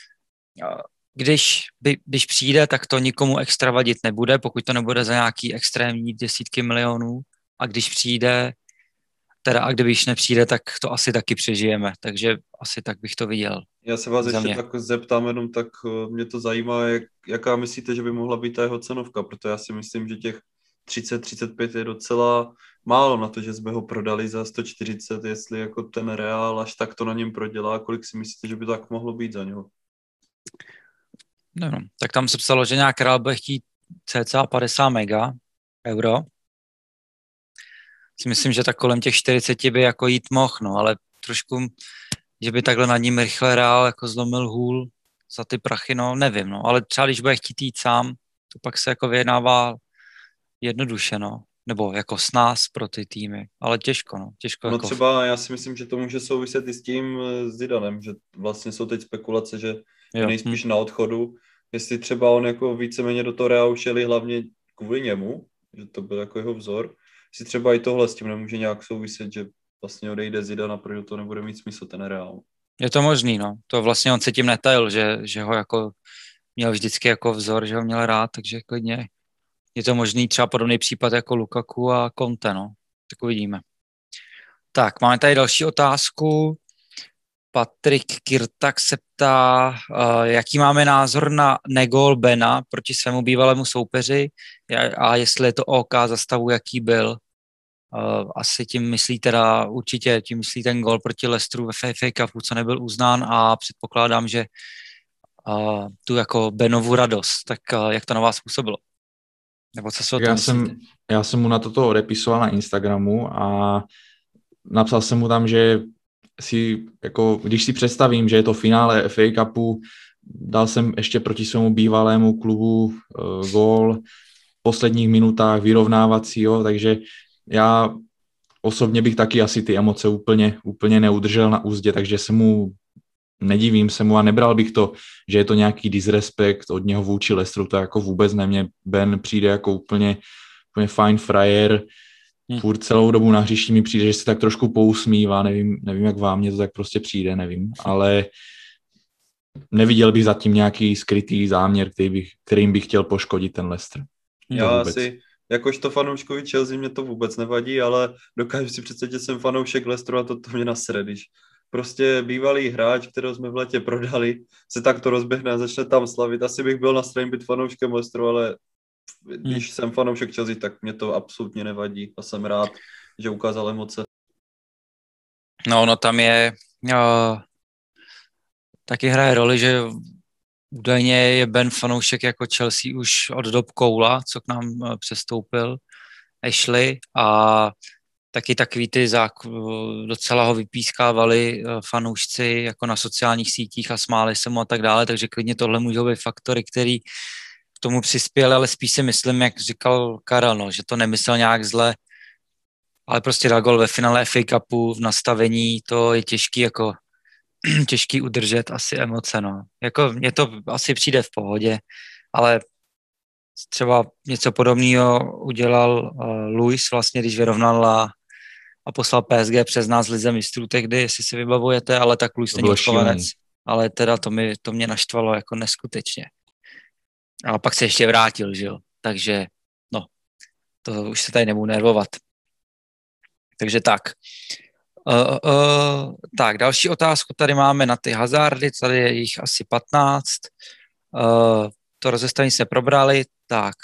když přijde, tak to nikomu extra vadit nebude, pokud to nebude za nějaký extrémní desítky milionů a když přijde, teda a když nepřijde, tak to asi taky přežijeme, takže asi tak bych to viděl. Já se vás ještě tak zeptám jenom, tak mě to zajímá, jaká myslíte, že by mohla být ta jeho cenovka, protože já si myslím, že těch 30-35 je docela málo na to, že jsme ho prodali za 140, jestli jako ten Real až tak to na něm prodělá, kolik si myslíte, že by tak mohlo být za něho? No, tak tam se psalo, že nějak Real bude chtít cca 50 mega euro. Si myslím, že tak kolem těch 40 by jako jít mohl, no, ale trošku, že by takhle nad ním rychle Real jako zlomil hůl za ty prachy, no, nevím, no, ale třeba když bude chtít jít sám, to pak se jako vyjednává jednoduše, no, nebo jako s nás pro ty týmy, ale těžko, no, těžko. No jako... třeba já si myslím, že to může souviset i s tím Zidanem, že vlastně jsou teď spekulace, že je nejspíš na odchodu, jestli třeba on jako víceméně do toho Realu šeli hlavně kvůli němu, že to byl jako jeho vzor. Si třeba i tohle s tím nemůže nějak souviset, že vlastně odejde Zidane a proč to nebude mít smysl ten Real. Je to možný, no. To vlastně on se tím netajil, že ho jako měl vždycky jako vzor, že ho měl rád, takže klidně je to možný třeba podobný případ jako Lukaku a Conte, no. Tak uvidíme. Tak, máme tady další otázku. Patrik Kirtak se ptá, jaký máme názor na negól Bena proti svému bývalému soupeři a jestli je to OK za stavu, jaký byl. Asi tím myslí teda, určitě tím myslí ten gól proti Leicesteru ve FA Cupu, co nebyl uznán a předpokládám, že tu jako Benovu radost, tak jak to na vás působilo? Nebo co se o tom myslíte? Já jsem mu na toto odepisoval na Instagramu a napsal jsem mu tam, že když si představím, že je to finále FA Cupu, dal jsem ještě proti svému bývalému klubu gól v posledních minutách vyrovnávacího, takže já osobně bych taky asi ty emoce úplně neudržel na úzdě, takže nedivím se mu a nebral bych to, že je to nějaký disrespekt od něho vůči Leicesteru, to jako vůbec ne, mně Ben přijde jako úplně fajn frajer, furt celou dobu na hřišti mi přijde, že se tak trošku pousmívá, nevím jak vám, mně to tak prostě přijde, nevím, ale neviděl bych zatím nějaký skrytý záměr, kterým bych chtěl poškodit ten Leicester. Já asi, jakožto fanouškovi Chelsea mě to vůbec nevadí, ale dokážu si představit, že jsem fanoušek Leicesteru a to mě nasere, když prostě bývalý hráč, kterého jsme v létě prodali, se takto rozběhne a začne tam slavit. Asi bych byl na straně být fanouškem Leicesteru, ale když jsem fanoušek Chelsea, tak mě to absolutně nevadí a jsem rád, že ukázal emoce. No tam je taky hraje roli, že údajně je Ben fanoušek jako Chelsea už od dob Koula, co k nám přestoupil Ashley a taky takový ty docela ho vypískávali fanoušci jako na sociálních sítích a smáli se mu a tak dále, takže klidně tohle můžou být faktory, který k tomu přispěli, ale spíš si myslím, jak říkal Karel, no, že to nemyslel nějak zle, ale prostě dal gol ve finále FA Cupu v nastavení, to je těžký udržet asi emoce, no. Jako mně to asi přijde v pohodě, ale třeba něco podobného udělal Luis vlastně, když vyrovnal a poslal PSG přes nás Lize mistrů tehdy, jestli si vybavujete, ale tak Luis není odchovanec, ale teda to mě naštvalo jako neskutečně. A pak se ještě vrátil, že jo, takže no, to už se tady nebudu nervovat. Takže tak. Tak, další otázku tady máme na ty hazardy, tady je jich asi 15. To rozestavení se probrali, tak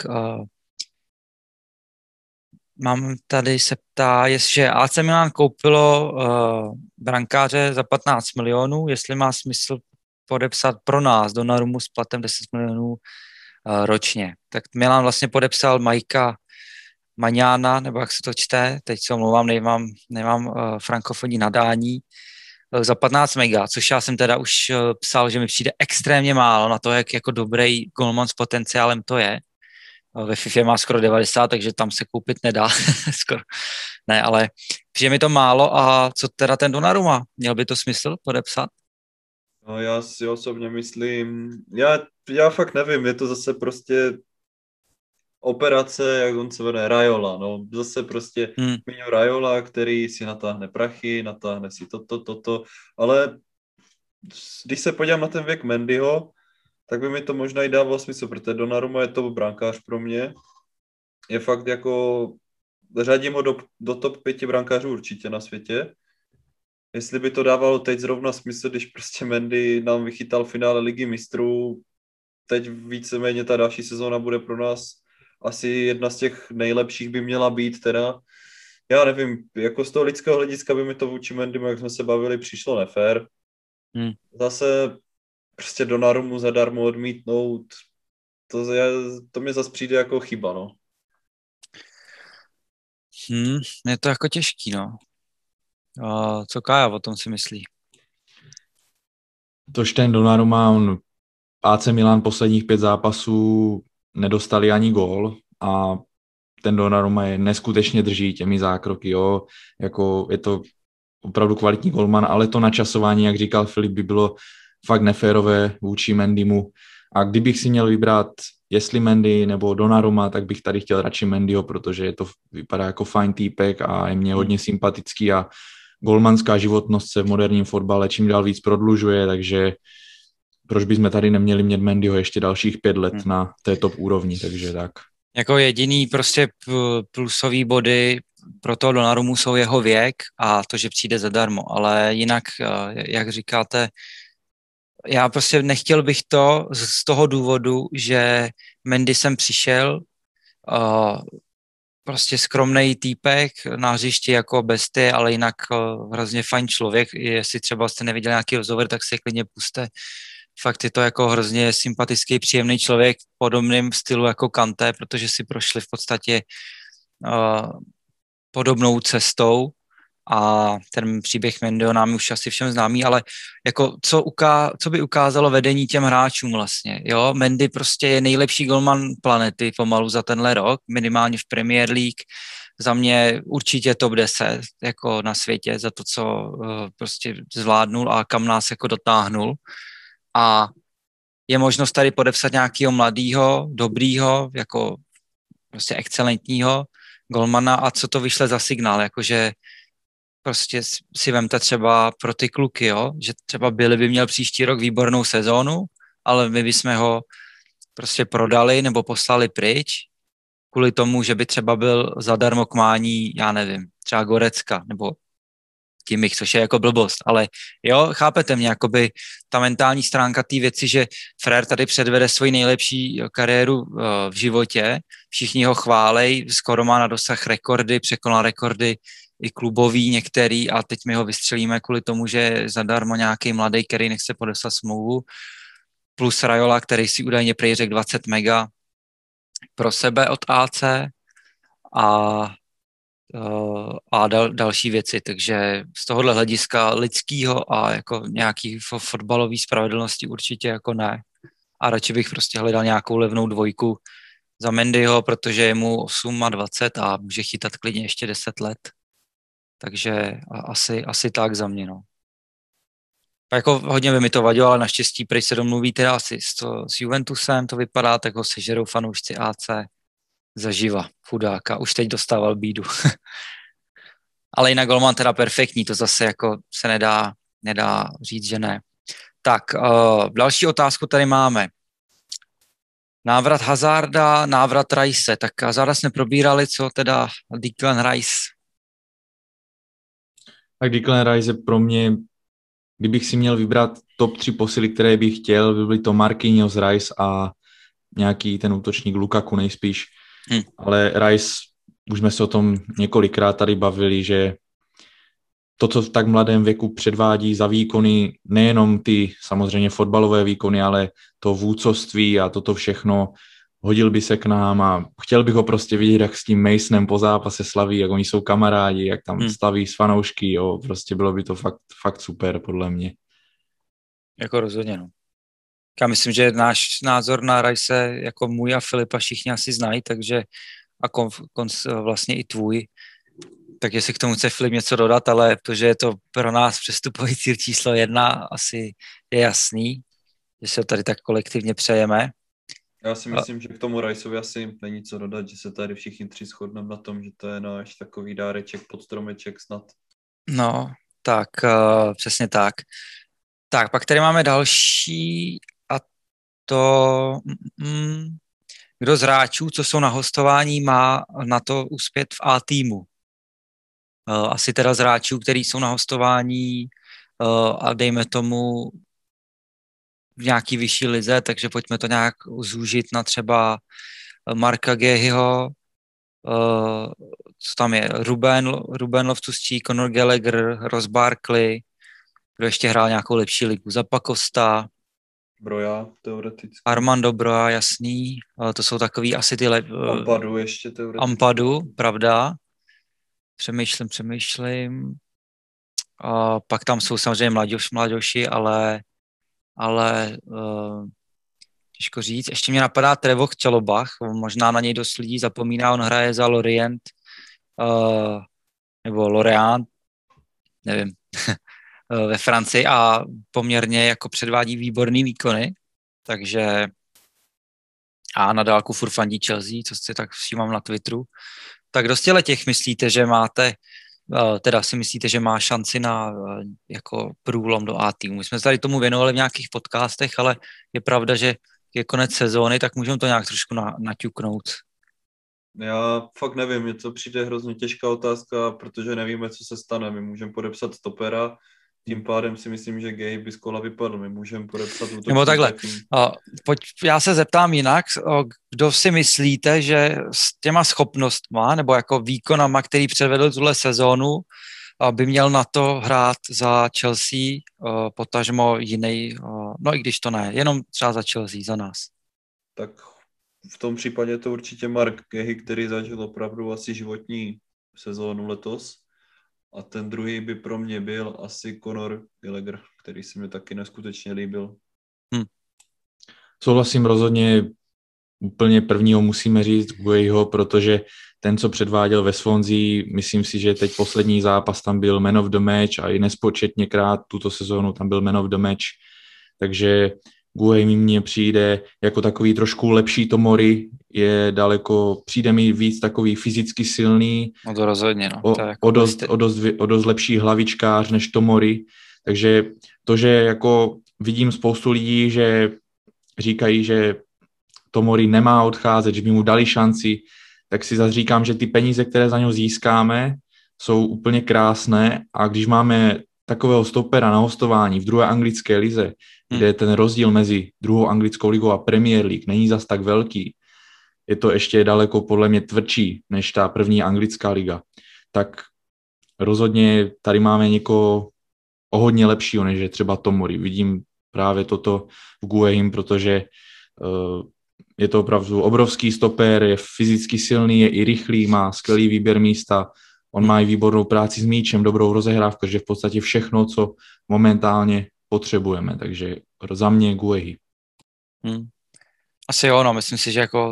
mám tady se ptá, jestli AC Milan koupilo brankáře za 15 milionů, jestli má smysl podepsat pro nás Donnarummu s platem 10 milionů ročně. Tak Milan vlastně podepsal Majka Maňána, nebo jak se to čte, teď se omlouvám, nemám frankofonní nadání, za 15 mega, což já jsem teda už psal, že mi přijde extrémně málo na to, jak jako dobrý golman s potenciálem to je. Ve FIFA má skoro 90, takže tam se koupit nedá. Skoro. Ne, ale přijde mi to málo a co teda ten Donnarumma? Měl by to smysl podepsat? No já si osobně myslím, já fakt nevím, je to zase prostě operace, jak on se jmenuje, Raiola, no zase prostě Raiola, který si natáhne prachy, natáhne si toto, ale když se podívám na ten věk Mendyho, tak by mi to možná i dávalo smysl, protože Donnarumma je top brankář pro mě, je fakt jako, řadím ho do top 5 brankářů určitě na světě. Jestli by to dávalo teď zrovna smysl, když prostě Mendy nám vychytal finále Ligy mistrů, teď víceméně ta další sezóna bude pro nás asi jedna z těch nejlepších by měla být teda. Já nevím, jako z toho lidského hlediska by mi to vůči Mendymu, jak jsme se bavili, přišlo nefér. Zase prostě Donnarummu zadarmo odmítnout, to mě zase přijde jako chyba, no. Je to jako těžký, no. Co Kája o tom si myslí? Tož ten Donnarumma, AC Milan posledních 5 zápasů nedostali ani gól a ten Donnarumma je neskutečně drží těmi zákroky, jo, jako je to opravdu kvalitní golman, ale to načasování, jak říkal Filip, by bylo fakt neférové vůči Mendymu a kdybych si měl vybrat jestli Mendy nebo Donnarumma, tak bych tady chtěl radši Mendyho, protože vypadá jako fajn týpek a je mně hodně sympatický a golmanská životnost se v moderním fotbale čím dál víc prodlužuje, takže proč bychom tady neměli mít Mendyho ještě dalších 5 let na té top úrovni, takže tak. Jako jediný prostě plusový body pro toho Donnarummu jsou jeho věk a to, že přijde zadarmo, ale jinak, jak říkáte, já prostě nechtěl bych to z toho důvodu, že Mendy sem přišel, prostě skromnej týpek na hřišti jako bestie, ale jinak hrozně fajn člověk. Jestli třeba jste neviděli nějaký rozhovor, tak si je klidně puste. Fakt je to jako hrozně sympatický, příjemný člověk v podobném stylu jako Kanté, protože si prošli v podstatě podobnou cestou a ten příběh Mendyho nám už asi všem známý, ale jako co by ukázalo vedení těm hráčům vlastně, jo? Mendy prostě je nejlepší golman planety pomalu za tenhle rok, minimálně v Premier League, za mě určitě top 10 jako na světě za to, co prostě zvládnul a kam nás jako dotáhnul. A je možnost tady podepsat nějakého mladýho, dobrýho, jako prostě excelentního golmana a co to vyšle za signál, jakože prostě si vemte třeba pro ty kluky, jo, že třeba Billy by měl příští rok výbornou sezónu, ale my bychom ho prostě prodali nebo poslali pryč kvůli tomu, že by třeba byl zadarmo k mání, já nevím, třeba Gorecka nebo Kimmich, což je jako blbost, ale jo, chápete mě, jakoby ta mentální stránka té věci, že Frér tady předvede svoji nejlepší kariéru v životě, všichni ho chválej, skoro má na dosah rekordy, překonal rekordy i klubový některý a teď my ho vystřelíme kvůli tomu, že je zadarmo nějaký mladý, který nechce podepsat smlouvu, plus Raiola, který si údajně prej řekl 20 mega pro sebe od AC a další věci, takže z tohohle hlediska lidského a jako nějaký fotbalový spravedlnosti určitě jako ne. A radši bych prostě hledal nějakou levnou dvojku za Mendyho, protože je mu 28 a může chytat klidně ještě 10 let. Takže asi tak za mě, no. A jako hodně by mi to vadilo, ale naštěstí prej se domluví teda asi s Juventusem, to vypadá, tak ho sežerou fanoušci AC zaživa, chudáka. Už teď dostával bídu. Ale jinak golman teda perfektní, to zase jako se nedá říct, že ne. Tak, další otázku tady máme. Návrat Hazarda, návrat Rice. Tak Hazarda jsme probírali, co teda Declan Rice? Tak Declan Rice je pro mě, kdybych si měl vybrat top 3 posily, které bych chtěl, by byly to Marquinhos, Rice a nějaký ten útočník Lukaku nejspíš. Ale Rice, už jsme se o tom několikrát tady bavili, že to, co v tak mladém věku předvádí za výkony, nejenom ty samozřejmě fotbalové výkony, ale to vůdcovství a toto všechno, hodil by se k nám a chtěl bych ho prostě vidět, jak s tím Masonem po zápase slaví, jak oni jsou kamarádi, jak tam staví s fanoušky, jo, prostě bylo by to fakt super, podle mě. Jako rozhodně, no. Já myslím, že náš názor na Rice jako můj a Filipa všichni asi znají, takže a vlastně i tvůj. Tak jestli k tomu chce Filip něco dodat, ale protože je to pro nás přestupový cíl číslo 1, asi je jasný, že se ho tady tak kolektivně přejeme. Já si myslím, že k tomu Riceovi asi není co dodat, že se tady všichni 3 shodneme na tom, že to je náš takový dáreček pod stromeček snad. No, tak přesně tak. Tak, pak tady máme další a to... Kdo z hráčů, co jsou na hostování, má na to uspět v A týmu? Asi teda z hráčů, který jsou na hostování a dejme tomu v nějaký vyšší lize, takže pojďme to nějak zúžit na třeba Marka Gehyho, co tam je, Ruben Loftus-Cheek, Conor Gallagher, Ross Barkley, kdo ještě hrál nějakou lepší ligu, Zappacosta, Broja, teoreticky. Armando Broja, jasný, to jsou takový asi ty Ampadu ještě teoreticky. Ampadu, pravda. Přemýšlím. A pak tam jsou samozřejmě mladoši, ale těžko říct. Ještě mě napadá Trevoh Chalobah, možná na něj dost lidí zapomíná, on hraje za Lorient, nebo Lorient, nevím, ve Francii a poměrně jako předvádí výborný výkony, takže a na dálku furt fandí Chelsea, co si tak všímám na Twitteru. Tak kdo z těch myslíte, že máte, teda si myslíte, že má šanci na jako průlom do A týmu? My jsme se tady tomu věnovali v nějakých podcastech, ale je pravda, že je konec sezóny, tak můžeme to nějak trošku naťuknout. Já fakt nevím, mně to přijde hrozně těžká otázka, protože nevíme, co se stane. My můžeme podepsat stopera, tím pádem si myslím, že Gay by z kola vypadl. My můžeme podepsat útočníka. Nebo takhle, já se zeptám jinak, kdo si myslíte, že s těma schopnostma nebo jako výkonama, který předvedl tuhle sezónu, by měl na to hrát za Chelsea, potažmo jiný, no i když to ne, jenom třeba za Chelsea, za nás. Tak v tom případě je to určitě Mark Gehy, který zažil opravdu asi životní sezónu letos. A ten druhý by pro mě byl asi Conor Gallagher, který se mi taky neskutečně líbil. Souhlasím rozhodně, úplně prvního musíme říct Guehiho, protože ten, co předváděl ve Swansea, myslím si, že teď poslední zápas tam byl man of the match a i nespočetněkrát tuto sezónu tam byl man of the match. Takže Guehi mně přijde jako takový trošku lepší Tomori, je daleko, přijde mi víc takový fyzicky silný, no to rozhodně, no. O dost lepší hlavičkář než Tomori, takže to, že jako vidím spoustu lidí, že říkají, že Tomori nemá odcházet, že by mu dali šanci, tak si zase říkám, že ty peníze, které za něho získáme, jsou úplně krásné a když máme takového stopera na hostování v druhé anglické lize, kde ten rozdíl mezi druhou anglickou ligou a Premier League není zas tak velký, je to ještě daleko podle mě tvrdší než ta první anglická liga, tak rozhodně tady máme někoho o hodně lepšího, než je třeba Tomori. Vidím právě toto v Guehim, protože je to opravdu obrovský stoper, je fyzicky silný, je i rychlý, má skvělý výběr místa, on má i výbornou práci s míčem, dobrou rozehrávku, že v podstatě všechno, co momentálně potřebujeme, takže za mě Guehi. Asi jo, no, myslím si, že jako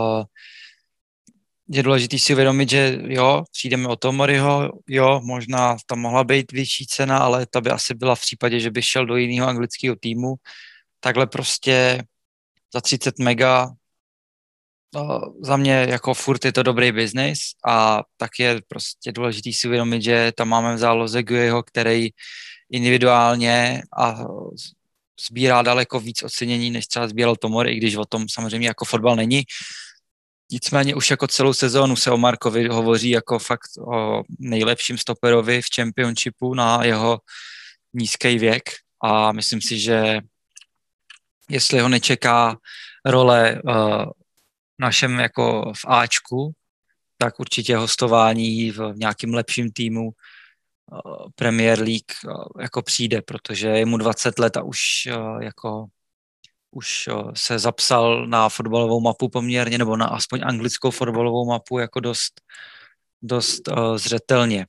je důležitý si uvědomit, že jo, přijdeme o Tomoriho, jo, možná tam mohla být vyšší cena, ale ta by asi byla v případě, že by šel do jiného anglického týmu. Takhle prostě za 30 mega za mě jako furt je to dobrý biznis a tak je prostě důležitý si uvědomit, že tam máme v záloze Guehiho, který individuálně a sbírá daleko víc ocenění, než třeba sbíral Tomori, i když o tom samozřejmě jako fotbal není. Nicméně už jako celou sezónu se o Markovi hovoří jako fakt o nejlepším stoperovi v Championshipu na jeho nízký věk a myslím si, že jestli ho nečeká role našem jako v Ačku, tak určitě hostování v nějakým lepším týmu Premier League jako přijde, protože je mu 20 let a už se zapsal na fotbalovou mapu poměrně, nebo na aspoň anglickou fotbalovou mapu jako dost zřetelně.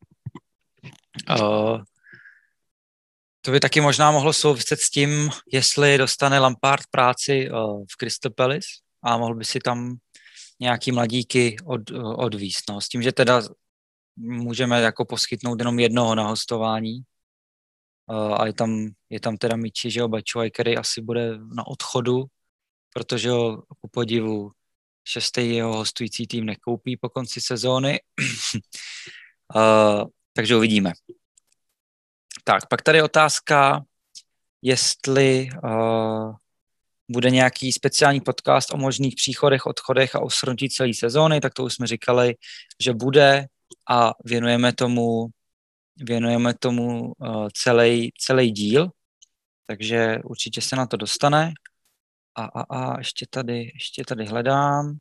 To by taky možná mohlo souviset s tím, jestli dostane Lampard práci v Crystal Palace a mohl by si tam nějaký mladíky odvízt. No. S tím, že teda můžeme jako poskytnout jenom jednoho na hostování a je tam teda Michi, že Batshuayi, který asi bude na odchodu, protože ho ku podivu 6. jeho hostující tým nekoupí po konci sezóny. Takže uvidíme. Tak, pak tady otázka, jestli bude nějaký speciální podcast o možných příchodech, odchodech a o shrnutí celé sezóny, tak to už jsme říkali, že bude a věnujeme tomu celý díl, takže určitě se na to dostane. A ještě tady hledám.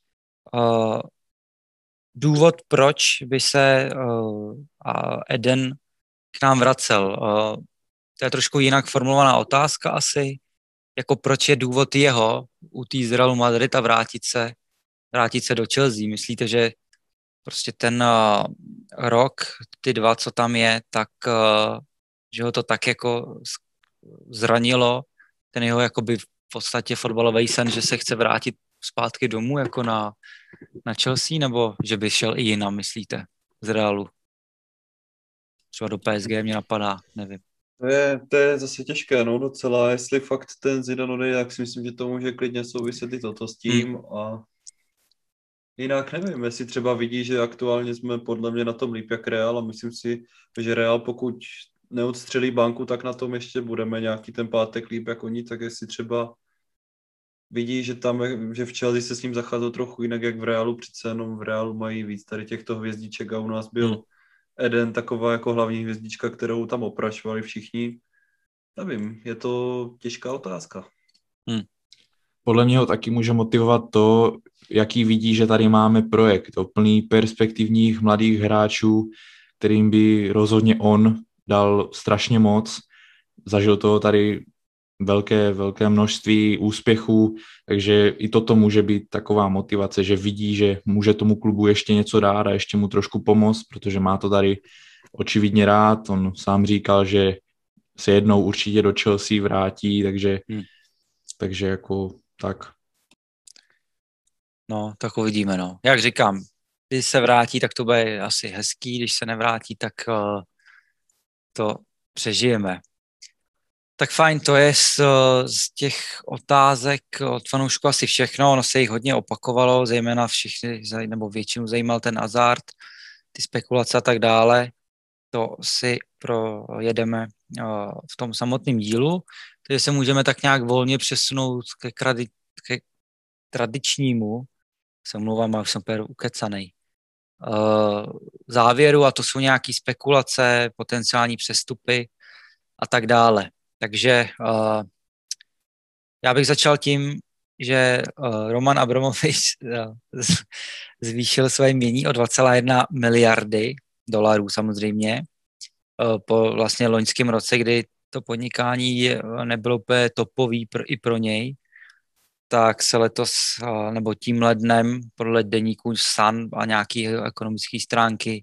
Důvod, proč by se Eden k nám vracel. To je trošku jinak formulovaná otázka asi, jako proč je důvod jeho u té z Realu Madrid a vrátit se do Chelsea. Myslíte, že prostě ten rok, ty 2, co tam je, tak že ho to tak jako zranilo, ten jeho jakoby v podstatě fotbalový sen, že se chce vrátit zpátky domů jako na Chelsea, nebo že by šel i jinam, myslíte, z Realu? Třeba do PSG mě napadá, nevím. To je zase těžké, no docela, jestli fakt ten Zidane odejde, tak si myslím, že to může klidně souviset i toto s tím a jinak nevím, jestli třeba vidí, že aktuálně jsme podle mě na tom líp jak Real a myslím si, že Real pokud neodstřelí banku, tak na tom ještě budeme nějaký ten pátek líp jak oni, tak jestli třeba vidí, že tam, že v Chelsea se s ním zacházel trochu jinak jak v Realu, přece jenom v Realu mají víc tady těchto hvězdiček a u nás byl Eden taková jako hlavní hvězdička, kterou tam oprašovali všichni. Nevím, je to těžká otázka. Podle mě ho taky může motivovat to, jaký vidí, že tady máme projekt, plný perspektivních mladých hráčů, kterým by rozhodně on dal strašně moc. Zažil toho tady velké množství úspěchů, takže i toto může být taková motivace, že vidí, že může tomu klubu ještě něco dát a ještě mu trošku pomoct, protože má to tady očividně rád. On sám říkal, že se jednou určitě do Chelsea vrátí, takže jako tak. No, tak uvidíme, no. Jak říkám, když se vrátí, tak to bude asi hezký, když se nevrátí, tak to přežijeme. Tak fajn, to je z těch otázek od fanoušků asi všechno, ono se jich hodně opakovalo, zejména všichni, nebo většinu zajímal ten hazard, ty spekulace a tak dále. To si projedeme v tom samotném dílu, takže se můžeme tak nějak volně přesunout ke tradičnímu, se omlouvám, ale už jsem úplně ukecanej, závěru, a to jsou nějaké spekulace, potenciální přestupy a tak dále. Takže já bych začal tím, že Roman Abramovič zvýšil své jmění o 2,1 miliardy dolarů samozřejmě po vlastně loňském roce, kdy to podnikání nebylo úplně topový i pro něj, tak se letos, nebo tímhle dnem, podle deníku Sun a nějaký ekonomické stránky,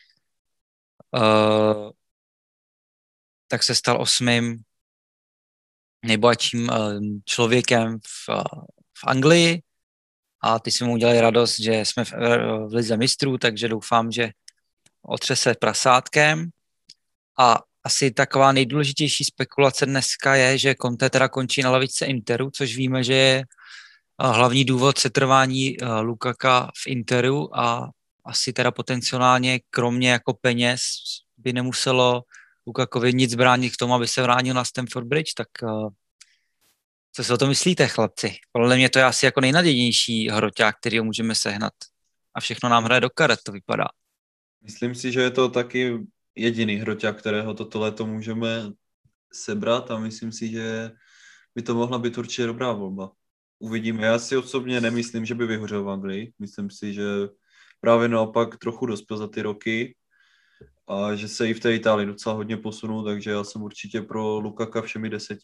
tak se stal 8. nejbohatším člověkem v Anglii a ty jsme mu udělali radost, že jsme v lize mistrů, takže doufám, že otřese prasátkem. A asi taková nejdůležitější spekulace dneska je, že Conte teda končí na lavičce Interu, což víme, že je hlavní důvod setrvání Lukaka v Interu a asi teda potenciálně kromě jako peněz by nemuselo Lukakovi nic bránit k tomu, aby se vránil na Stamford Bridge, tak co si o to myslíte, chlapci? Podle mě to je asi jako nejnadějnější hroťák, který ho můžeme sehnat. A všechno nám hraje do karet, to vypadá. Myslím si, že je to taky jediný hroťák, kterého toto léto můžeme sebrat a myslím si, že by to mohla být určitě dobrá volba. Uvidíme. Já si osobně nemyslím, že by vyhořel v Anglii. Myslím si, že právě naopak trochu dospěl za ty roky a že se i v té Itálii docela hodně posunul, takže já jsem určitě pro Lukaka všemi 10.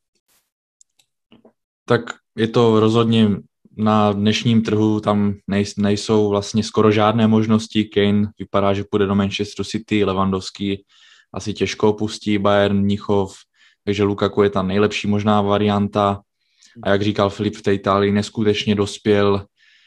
Tak je to rozhodně na dnešním trhu, tam nejsou vlastně skoro žádné možnosti. Kane vypadá, že půjde do Manchester City, Lewandowski asi těžko opustí Bayern Mnichov, takže Lukaku je ta nejlepší možná varianta. A jak říkal Filip, v té Itálii neskutečně dospěl,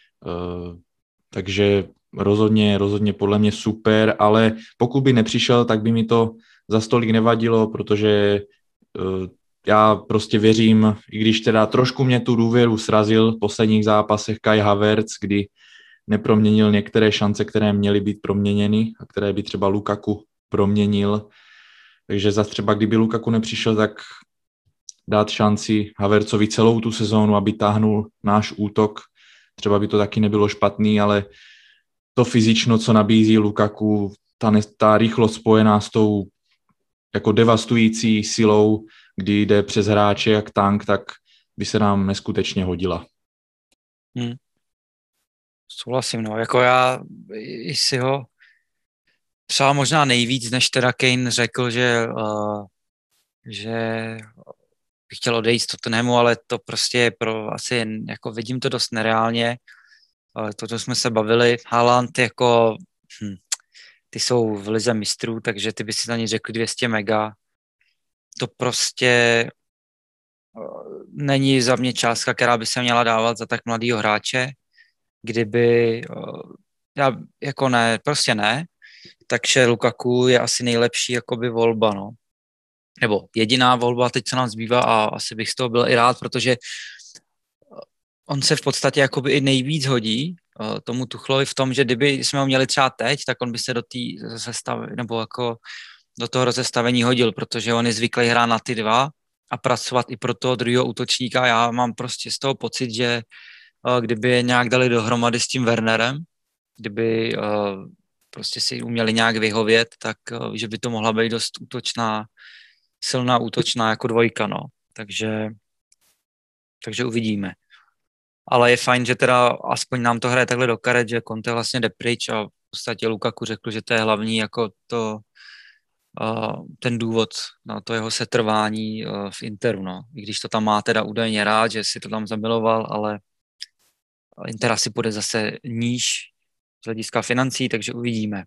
takže rozhodně podle mě super, ale pokud by nepřišel, tak by mi to za stolik nevadilo, protože já prostě věřím, i když teda trošku mě tu důvěru srazil v posledních zápasech Kai Havertz, kdy neproměnil některé šance, které měly být proměněny a které by třeba Lukaku proměnil. Takže zase třeba kdyby Lukaku nepřišel, tak dát šanci Havertzovi celou tu sezónu, aby táhnul náš útok. Třeba by to taky nebylo špatný, ale to fyzično, co nabízí Lukaku, ta rychlost spojená s tou jako devastující silou, kdy jde přes hráče jak tank, tak by se nám neskutečně hodila. Souhlasím, no. Jako já si ho přál možná nejvíc, než teda Kane řekl, že bych chtěl odejít z Tottenhamu, ale to prostě je asi jako vidím to dost nereálně. To jsme se bavili. Haaland jako ty jsou v lize mistrů, takže ty by si za ně řekli 200 mega. To prostě není za mě částka, která by se měla dávat za tak mladýho hráče. Kdyby, jako ne, prostě ne. Takže Lukaku je asi nejlepší jakoby volba, no. nebo jediná volba teď, co nám zbývá a asi bych z toho byl i rád, protože on se v podstatě jakoby i nejvíc hodí tomu Tuchlovi v tom, že kdyby jsme ho měli třeba teď, tak on by se do té sestavy, nebo jako do toho rozestavení hodil, protože on je zvyklý hrát na ty dva a pracovat i pro toho druhého útočníka. Já mám prostě z toho pocit, že kdyby je nějak dali dohromady s tím Wernerem, kdyby prostě si uměli nějak vyhovět, tak že by to mohla být dost útočná, silná útočná jako dvojka, no. Takže uvidíme. Ale je fajn, že teda aspoň nám to hraje takhle do karet, že Conte vlastně jde pryč a v podstatě Lukaku řekl, že to je hlavní jako ten důvod na to jeho setrvání v Interu, no. I když to tam má teda údajně rád, že si to tam zamiloval, ale Inter asi půjde zase níž z hlediska financí, takže uvidíme.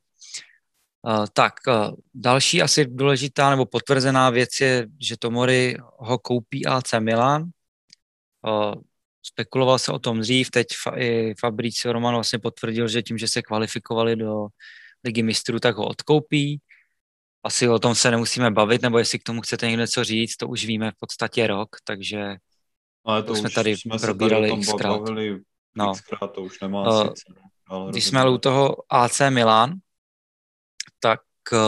Další asi důležitá nebo potvrzená věc je, že Tomori ho koupí AC Milan. Spekuloval se o tom dřív, teď i Fabrizio Romano vlastně potvrdil, že tím, že se kvalifikovali do Ligy mistrů, tak ho odkoupí. Asi o tom se nemusíme bavit, nebo jestli k tomu chcete někdo něco říct, to už víme v podstatě rok, takže ale to jsme už tady jsme probírali se tady xkrát. bavili No. xkrát, to už nemá sice. Ale když jsme u toho AC Milan, tak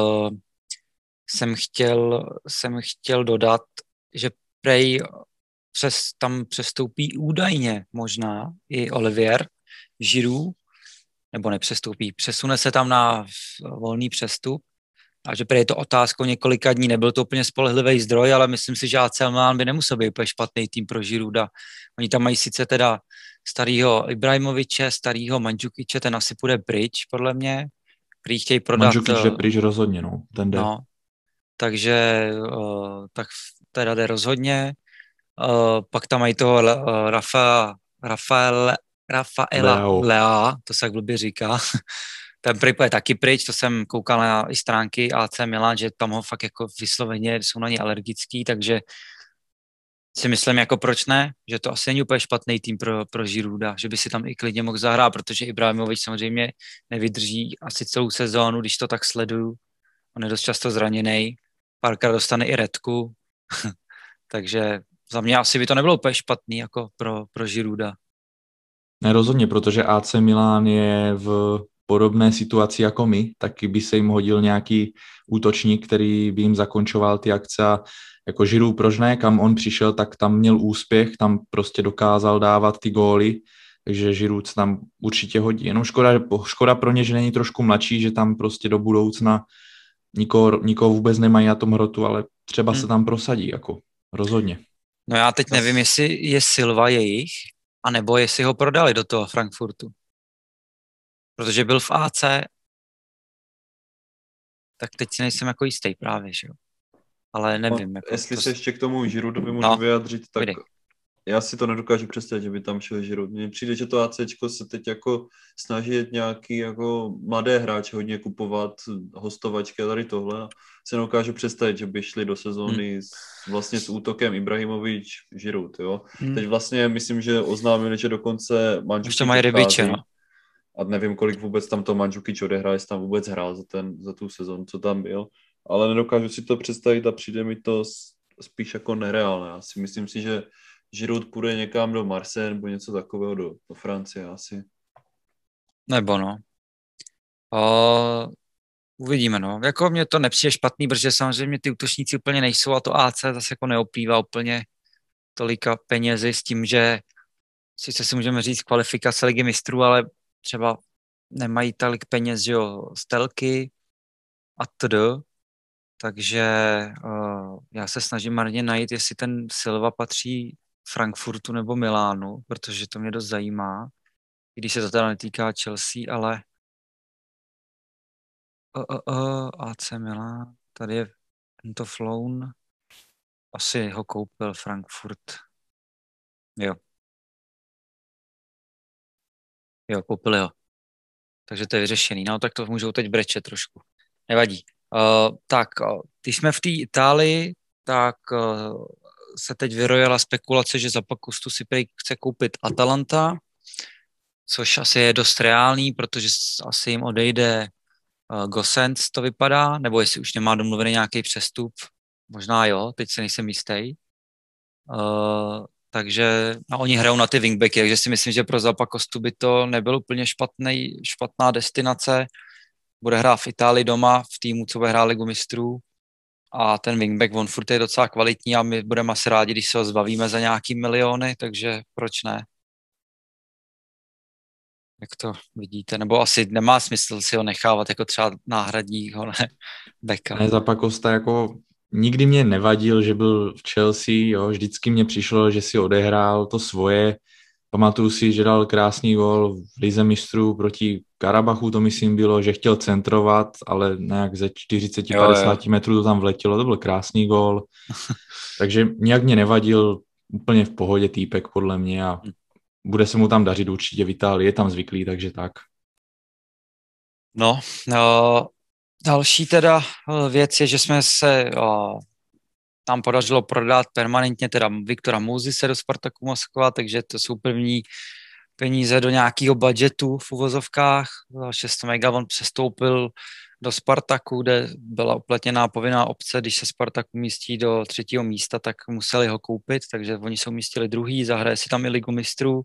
jsem chtěl dodat, že prej tam přestoupí údajně možná i Olivier Giroud, nebo nepřestoupí, přesune se tam na volný přestup a že prej je to otázkou několika dní, nebyl to úplně spolehlivý zdroj, ale myslím si, že AC Milan by nemusel být úplně špatný tým pro Girouda. Oni tam mají sice teda starýho Ibrahimoviče, starýho Mandžukiče, ten asi půjde pryč, podle mě. Prý chtějí prodat... Mandžukič jde pryč rozhodně, no. Ten jde. No, takže tak teda jde rozhodně. Pak tam mají toho Rafaela Lea, to se jak blbě říká. Ten pryč je taky pryč, to jsem koukal na i stránky AC Milan, že tam ho fakt jako vysloveně jsou na ně alergický, takže si myslím, jako proč ne, že to asi není úplně špatný tým pro Girouda, že by si tam i klidně mohl zahrát, protože Ibrahimovič samozřejmě nevydrží asi celou sezónu, když to tak sleduju. On je dost často zraněný, párkrát dostane i redku, takže za mě asi by to nebylo úplně špatný jako pro Girouda. Ne, rozhodně, protože AC Milan je v podobné situaci jako my, taky by se jim hodil nějaký útočník, který by jim zakončoval ty akce a jako Giroud, proč ne, kam on přišel, tak tam měl úspěch, tam prostě dokázal dávat ty góly, takže Giroud se tam určitě hodí. Jenom škoda pro ně, že není trošku mladší, že tam prostě do budoucna nikoho vůbec nemají na tom hrotu, ale třeba se tam prosadí, jako rozhodně. No já teď nevím, jestli je Silva jejich, anebo jestli ho prodali do toho Frankfurtu. Protože byl v AC, tak teď si nejsem jako jistý právě, že jo. Ale nevím. No, jako jestli se ještě k tomu Giroudovi můžu vyjádřit, tak vyjde. Já si to nedokážu představit, že by tam šel Giroud. Mně přijde, že to ACčko se teď jako snaží nějaký jako mladé hráče hodně kupovat, hostovačky a tady tohle. Se neukážu představit, že by šli do sezóny vlastně s útokem Ibrahimovič, Giroud, jo. Teď vlastně myslím, že oznámili, že dokonce Mandžukič už to mají Rybiče, no. A nevím, kolik vůbec tam to Mandžukič odehrál, jestli tam vůbec hrál za tu sezónu, co tam byl. Ale nedokážu si to představit a přijde mi to spíš jako nereálné. Já si myslím si, že Giroud půjde někam do Marseille nebo něco takového do Francie asi. Nebo no. Uvidíme, no. Jako mně to nepřijde špatný, protože samozřejmě ty útočníci úplně nejsou a to AC zase jako neoplývá úplně tolika penězi s tím, že sice si můžeme říct kvalifikace Ligy mistrů, ale třeba nemají tolik peněz, že jo, z telky a td. Takže já se snažím marně najít, jestli ten Silva patří Frankfurtu nebo Milánu, protože to mě dost zajímá, i když se to teda netýká Chelsea, ale AC Milan, tady je tento Flown, asi ho koupil Frankfurt, jo, koupili ho, takže to je vyřešený, no tak to můžou teď brečet trošku, nevadí. Když jsme v té Itálii, tak se teď vyrojila spekulace, že za Pakustu si chce koupit Atalanta, což asi je dost reálný, protože asi jim odejde Gosens, to vypadá, nebo jestli už nemá domluvený nějaký přestup, možná jo, teď se nejsem jistý. Takže oni hrajou na ty wingbacky, takže si myslím, že pro Zapakostu by to nebyl úplně špatná destinace. Bude hrát v Itálii doma, v týmu, co bude hrát Ligu mistrů. A ten wingback, on furt je docela kvalitní a my budeme asi rádi, když se ho zbavíme za nějaký miliony, takže proč ne? Jak to vidíte? Nebo asi nemá smysl si ho nechávat jako třeba náhradního, ne? Beka. Ne, Zappacosta jako nikdy mě nevadil, že byl v Chelsea, jo, vždycky mě přišlo, že si odehrál to svoje. Pamatuju si, že dal krásný gól v Lize mistrů proti Karabachu, to myslím bylo, že chtěl centrovat, ale nějak ze 40-50 metrů to tam vletělo, to byl krásný gól. Takže nějak mě nevadil, úplně v pohodě týpek podle mě a bude se mu tam dařit určitě v Itálii, je tam zvyklý, takže tak. No, další teda věc je, že jsme se tam podařilo prodat permanentně teda Viktora Mouzise do Spartaku Moskva, takže to jsou první peníze do nějakého budžetu v uvozovkách. 600 mega on přestoupil do Spartaku, kde byla uplatněná povinná opce, když se Spartak umístí do 3. místa, tak museli ho koupit, takže oni se umístili druhý, zahraje si tam i Ligu mistrů.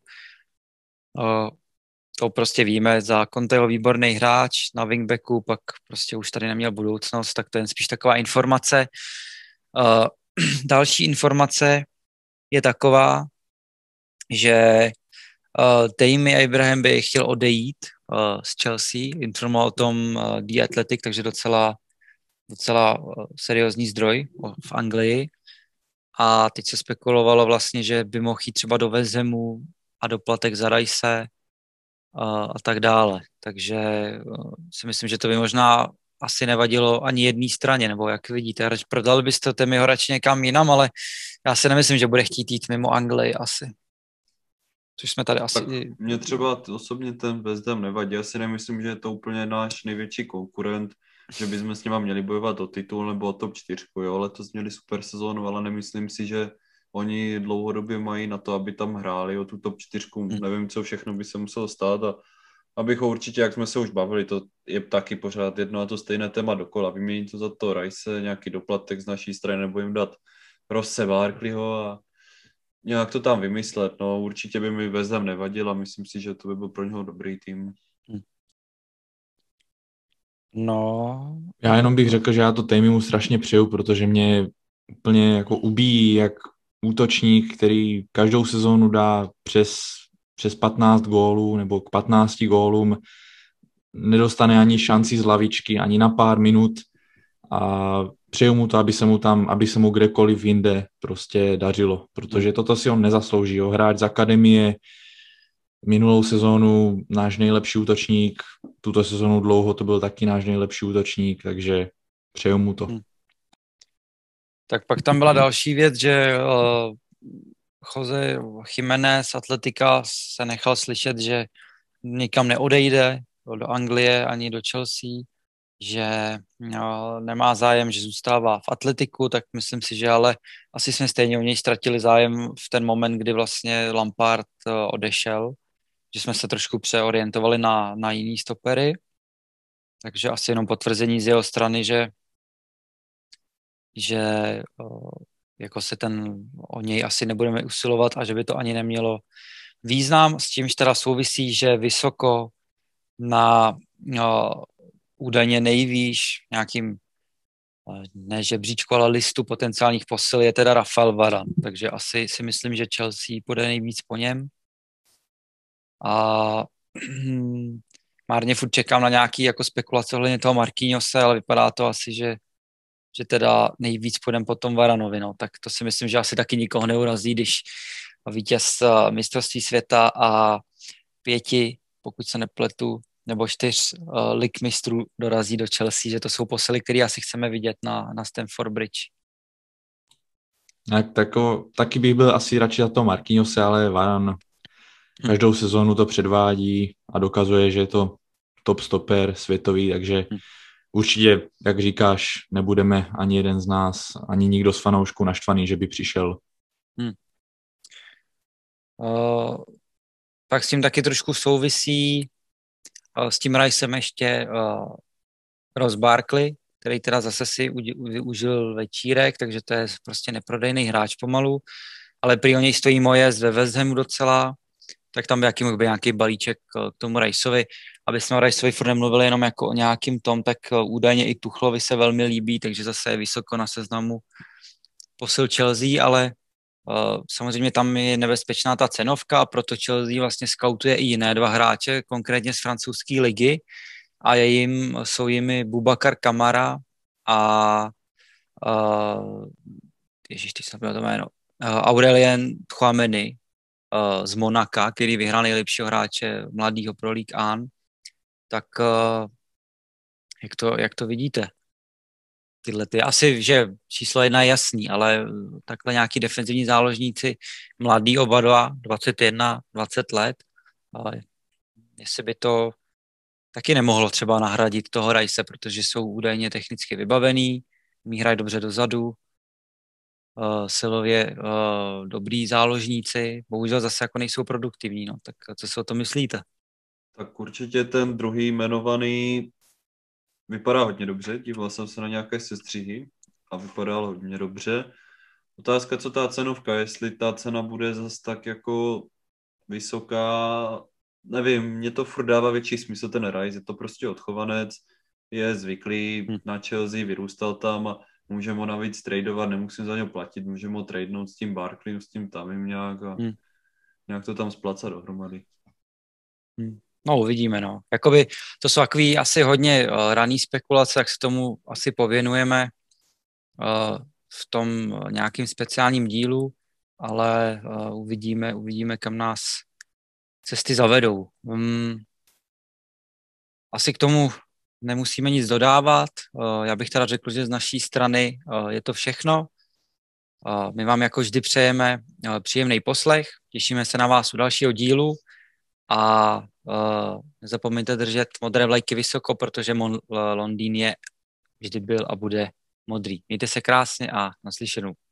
To prostě víme, za Conteho výborný hráč na wingbacku, pak prostě už tady neměl budoucnost, tak to je spíš taková informace. Další informace je taková, že Tammy Abraham by chtěl odejít z Chelsea, informoval o tom The Athletic, takže docela seriózní zdroj v Anglii. A teď se spekulovalo vlastně, že by mohl jít třeba do Vezemu a doplatek za Rice a tak dále. Takže si myslím, že to by možná asi nevadilo ani jedné straně, nebo jak vidíte, prodali byste Tammyho radši někam jinam, ale já si nemyslím, že bude chtít jít mimo Anglii asi. Což jsme tady asi... Tak mě třeba osobně ten West Ham nevadí. Já si nemyslím, že je to úplně náš největší konkurent, že bychom s nima měli bojovat o titul nebo o top 4, jo. Letos měli super sezónu, ale nemyslím si, že oni dlouhodobě mají na to, aby tam hráli o tu top 4. Nevím, co všechno by se muselo stát a abych ho určitě, jak jsme se už bavili, to je taky pořád jedno a to stejné téma dokola. Vyměnit to za to Rice, nějaký doplatek z naší strany, nebo jim dát Rosse Barkleyho a nějak to tam vymyslet. No, určitě by mi West Ham nevadil a myslím si, že to by byl pro něho dobrý tým. No. Já jenom bych řekl, že já to Tammymu strašně přeju, protože mě úplně jako ubíjí, jak útočník, který každou sezónu dá přes 15 gólů nebo k 15 gólům, nedostane ani šanci z lavičky, ani na pár minut a přeju mu to, aby se mu kdekoliv jinde prostě dařilo, protože toto si on nezaslouží. Jo. Hráč z akademie, minulou sezónu náš nejlepší útočník, tuto sezónu dlouho to byl taky náš nejlepší útočník, takže přeju mu to. Tak pak tam byla další věc, že Jose Jiménez Atletika se nechal slyšet, že nikam neodejde do Anglie ani do Chelsea, že nemá zájem, že zůstává v Atletiku, tak myslím si, že ale asi jsme stejně u něj ztratili zájem v ten moment, kdy vlastně Lampard odešel, že jsme se trošku přeorientovali na jiný stopery, takže asi jenom potvrzení z jeho strany, že jako se o něj asi nebudeme usilovat a že by to ani nemělo význam, s čímž teda souvisí, že vysoko na údajně nejvýš nějakým ne žebříčku, ale listu potenciálních posil je teda Rafael Varane, takže asi si myslím, že Chelsea půjde nejvíc po něm a márně furt čekám na nějaký jako spekulace ohledně toho Marquinhose, ale vypadá to asi, že teda nejvíc půjdeme po tom Varanovi, no, tak to si myslím, že asi taky nikoho neurazí, když vítěz mistrovství světa a 5, pokud se nepletu, nebo 4 lig mistrů dorazí do Chelsea, že to jsou posily, které asi chceme vidět na Stamford Bridge. Taky bych byl asi radši za to Marquinhose, ale Varane každou sezónu to předvádí a dokazuje, že je to top stoper světový, takže určitě, jak říkáš, nebudeme ani jeden z nás, ani nikdo z fanoušků naštvaný, že by přišel. Pak s tím taky trošku souvisí s tím Ricem ještě Ross Barkley, který teda zase si využil večírek, takže to je prostě neprodejný hráč pomalu, ale prý o něj stojí Moyes ve West Hamu docela, tak tam by jaký mohl být nějaký balíček k tomu Riceovi. Aby jsme o Riceovi furt nemluvili jenom jako o nějakým tom, tak údajně i Tuchlovi se velmi líbí, takže zase je vysoko na seznamu posil Chelsea, ale samozřejmě tam je nebezpečná ta cenovka a proto Chelsea vlastně skautuje i jiné dva hráče, konkrétně z francouzské ligy a jsou jimi Boubacar Kamara a ježiš, teď jsem byl to jméno, Aurelien Tchouameni z Monaka, který vyhrál nejlepšího hráče mladýho pro Ligue 1. Tak jak to vidíte? Tyhle ty, asi, že číslo 1 je jasný, ale takhle nějaký defenzivní záložníci, mladý oba dva, 21, 20 let, ale jestli by to taky nemohlo třeba nahradit toho Rice, protože jsou údajně technicky vybavený, umí hrají dobře dozadu, silově dobrý záložníci, bohužel zase jako nejsou produktivní, no, tak co si o to myslíte? Tak určitě ten druhý jmenovaný vypadá hodně dobře, díval jsem se na nějaké sestřihy a vypadal hodně dobře. Otázka, co ta cenovka, jestli ta cena bude zase tak jako vysoká, nevím, mě to furt dává větší smysl ten Rice, je to prostě odchovanec, je zvyklý na Chelsea, vyrůstal tam a můžeme ho navíc tradovat, nemusím za něho platit, můžeme ho tradenout s tím Barkleym, s tím Tamim nějak a nějak to tam splacat dohromady. No, uvidíme, no. Jakoby to jsou takový asi hodně raný spekulace, tak se tomu asi pověnujeme v tom nějakým speciálním dílu, ale uvidíme, kam nás cesty zavedou. Asi k tomu nemusíme nic dodávat. Já bych teda řekl, že z naší strany je to všechno. My vám jako vždy přejeme příjemný poslech, těšíme se na vás u dalšího dílu a nezapomeňte držet modré vlajky vysoko, protože Londýn je, vždy byl a bude modrý. Mějte se krásně a naslyšenou.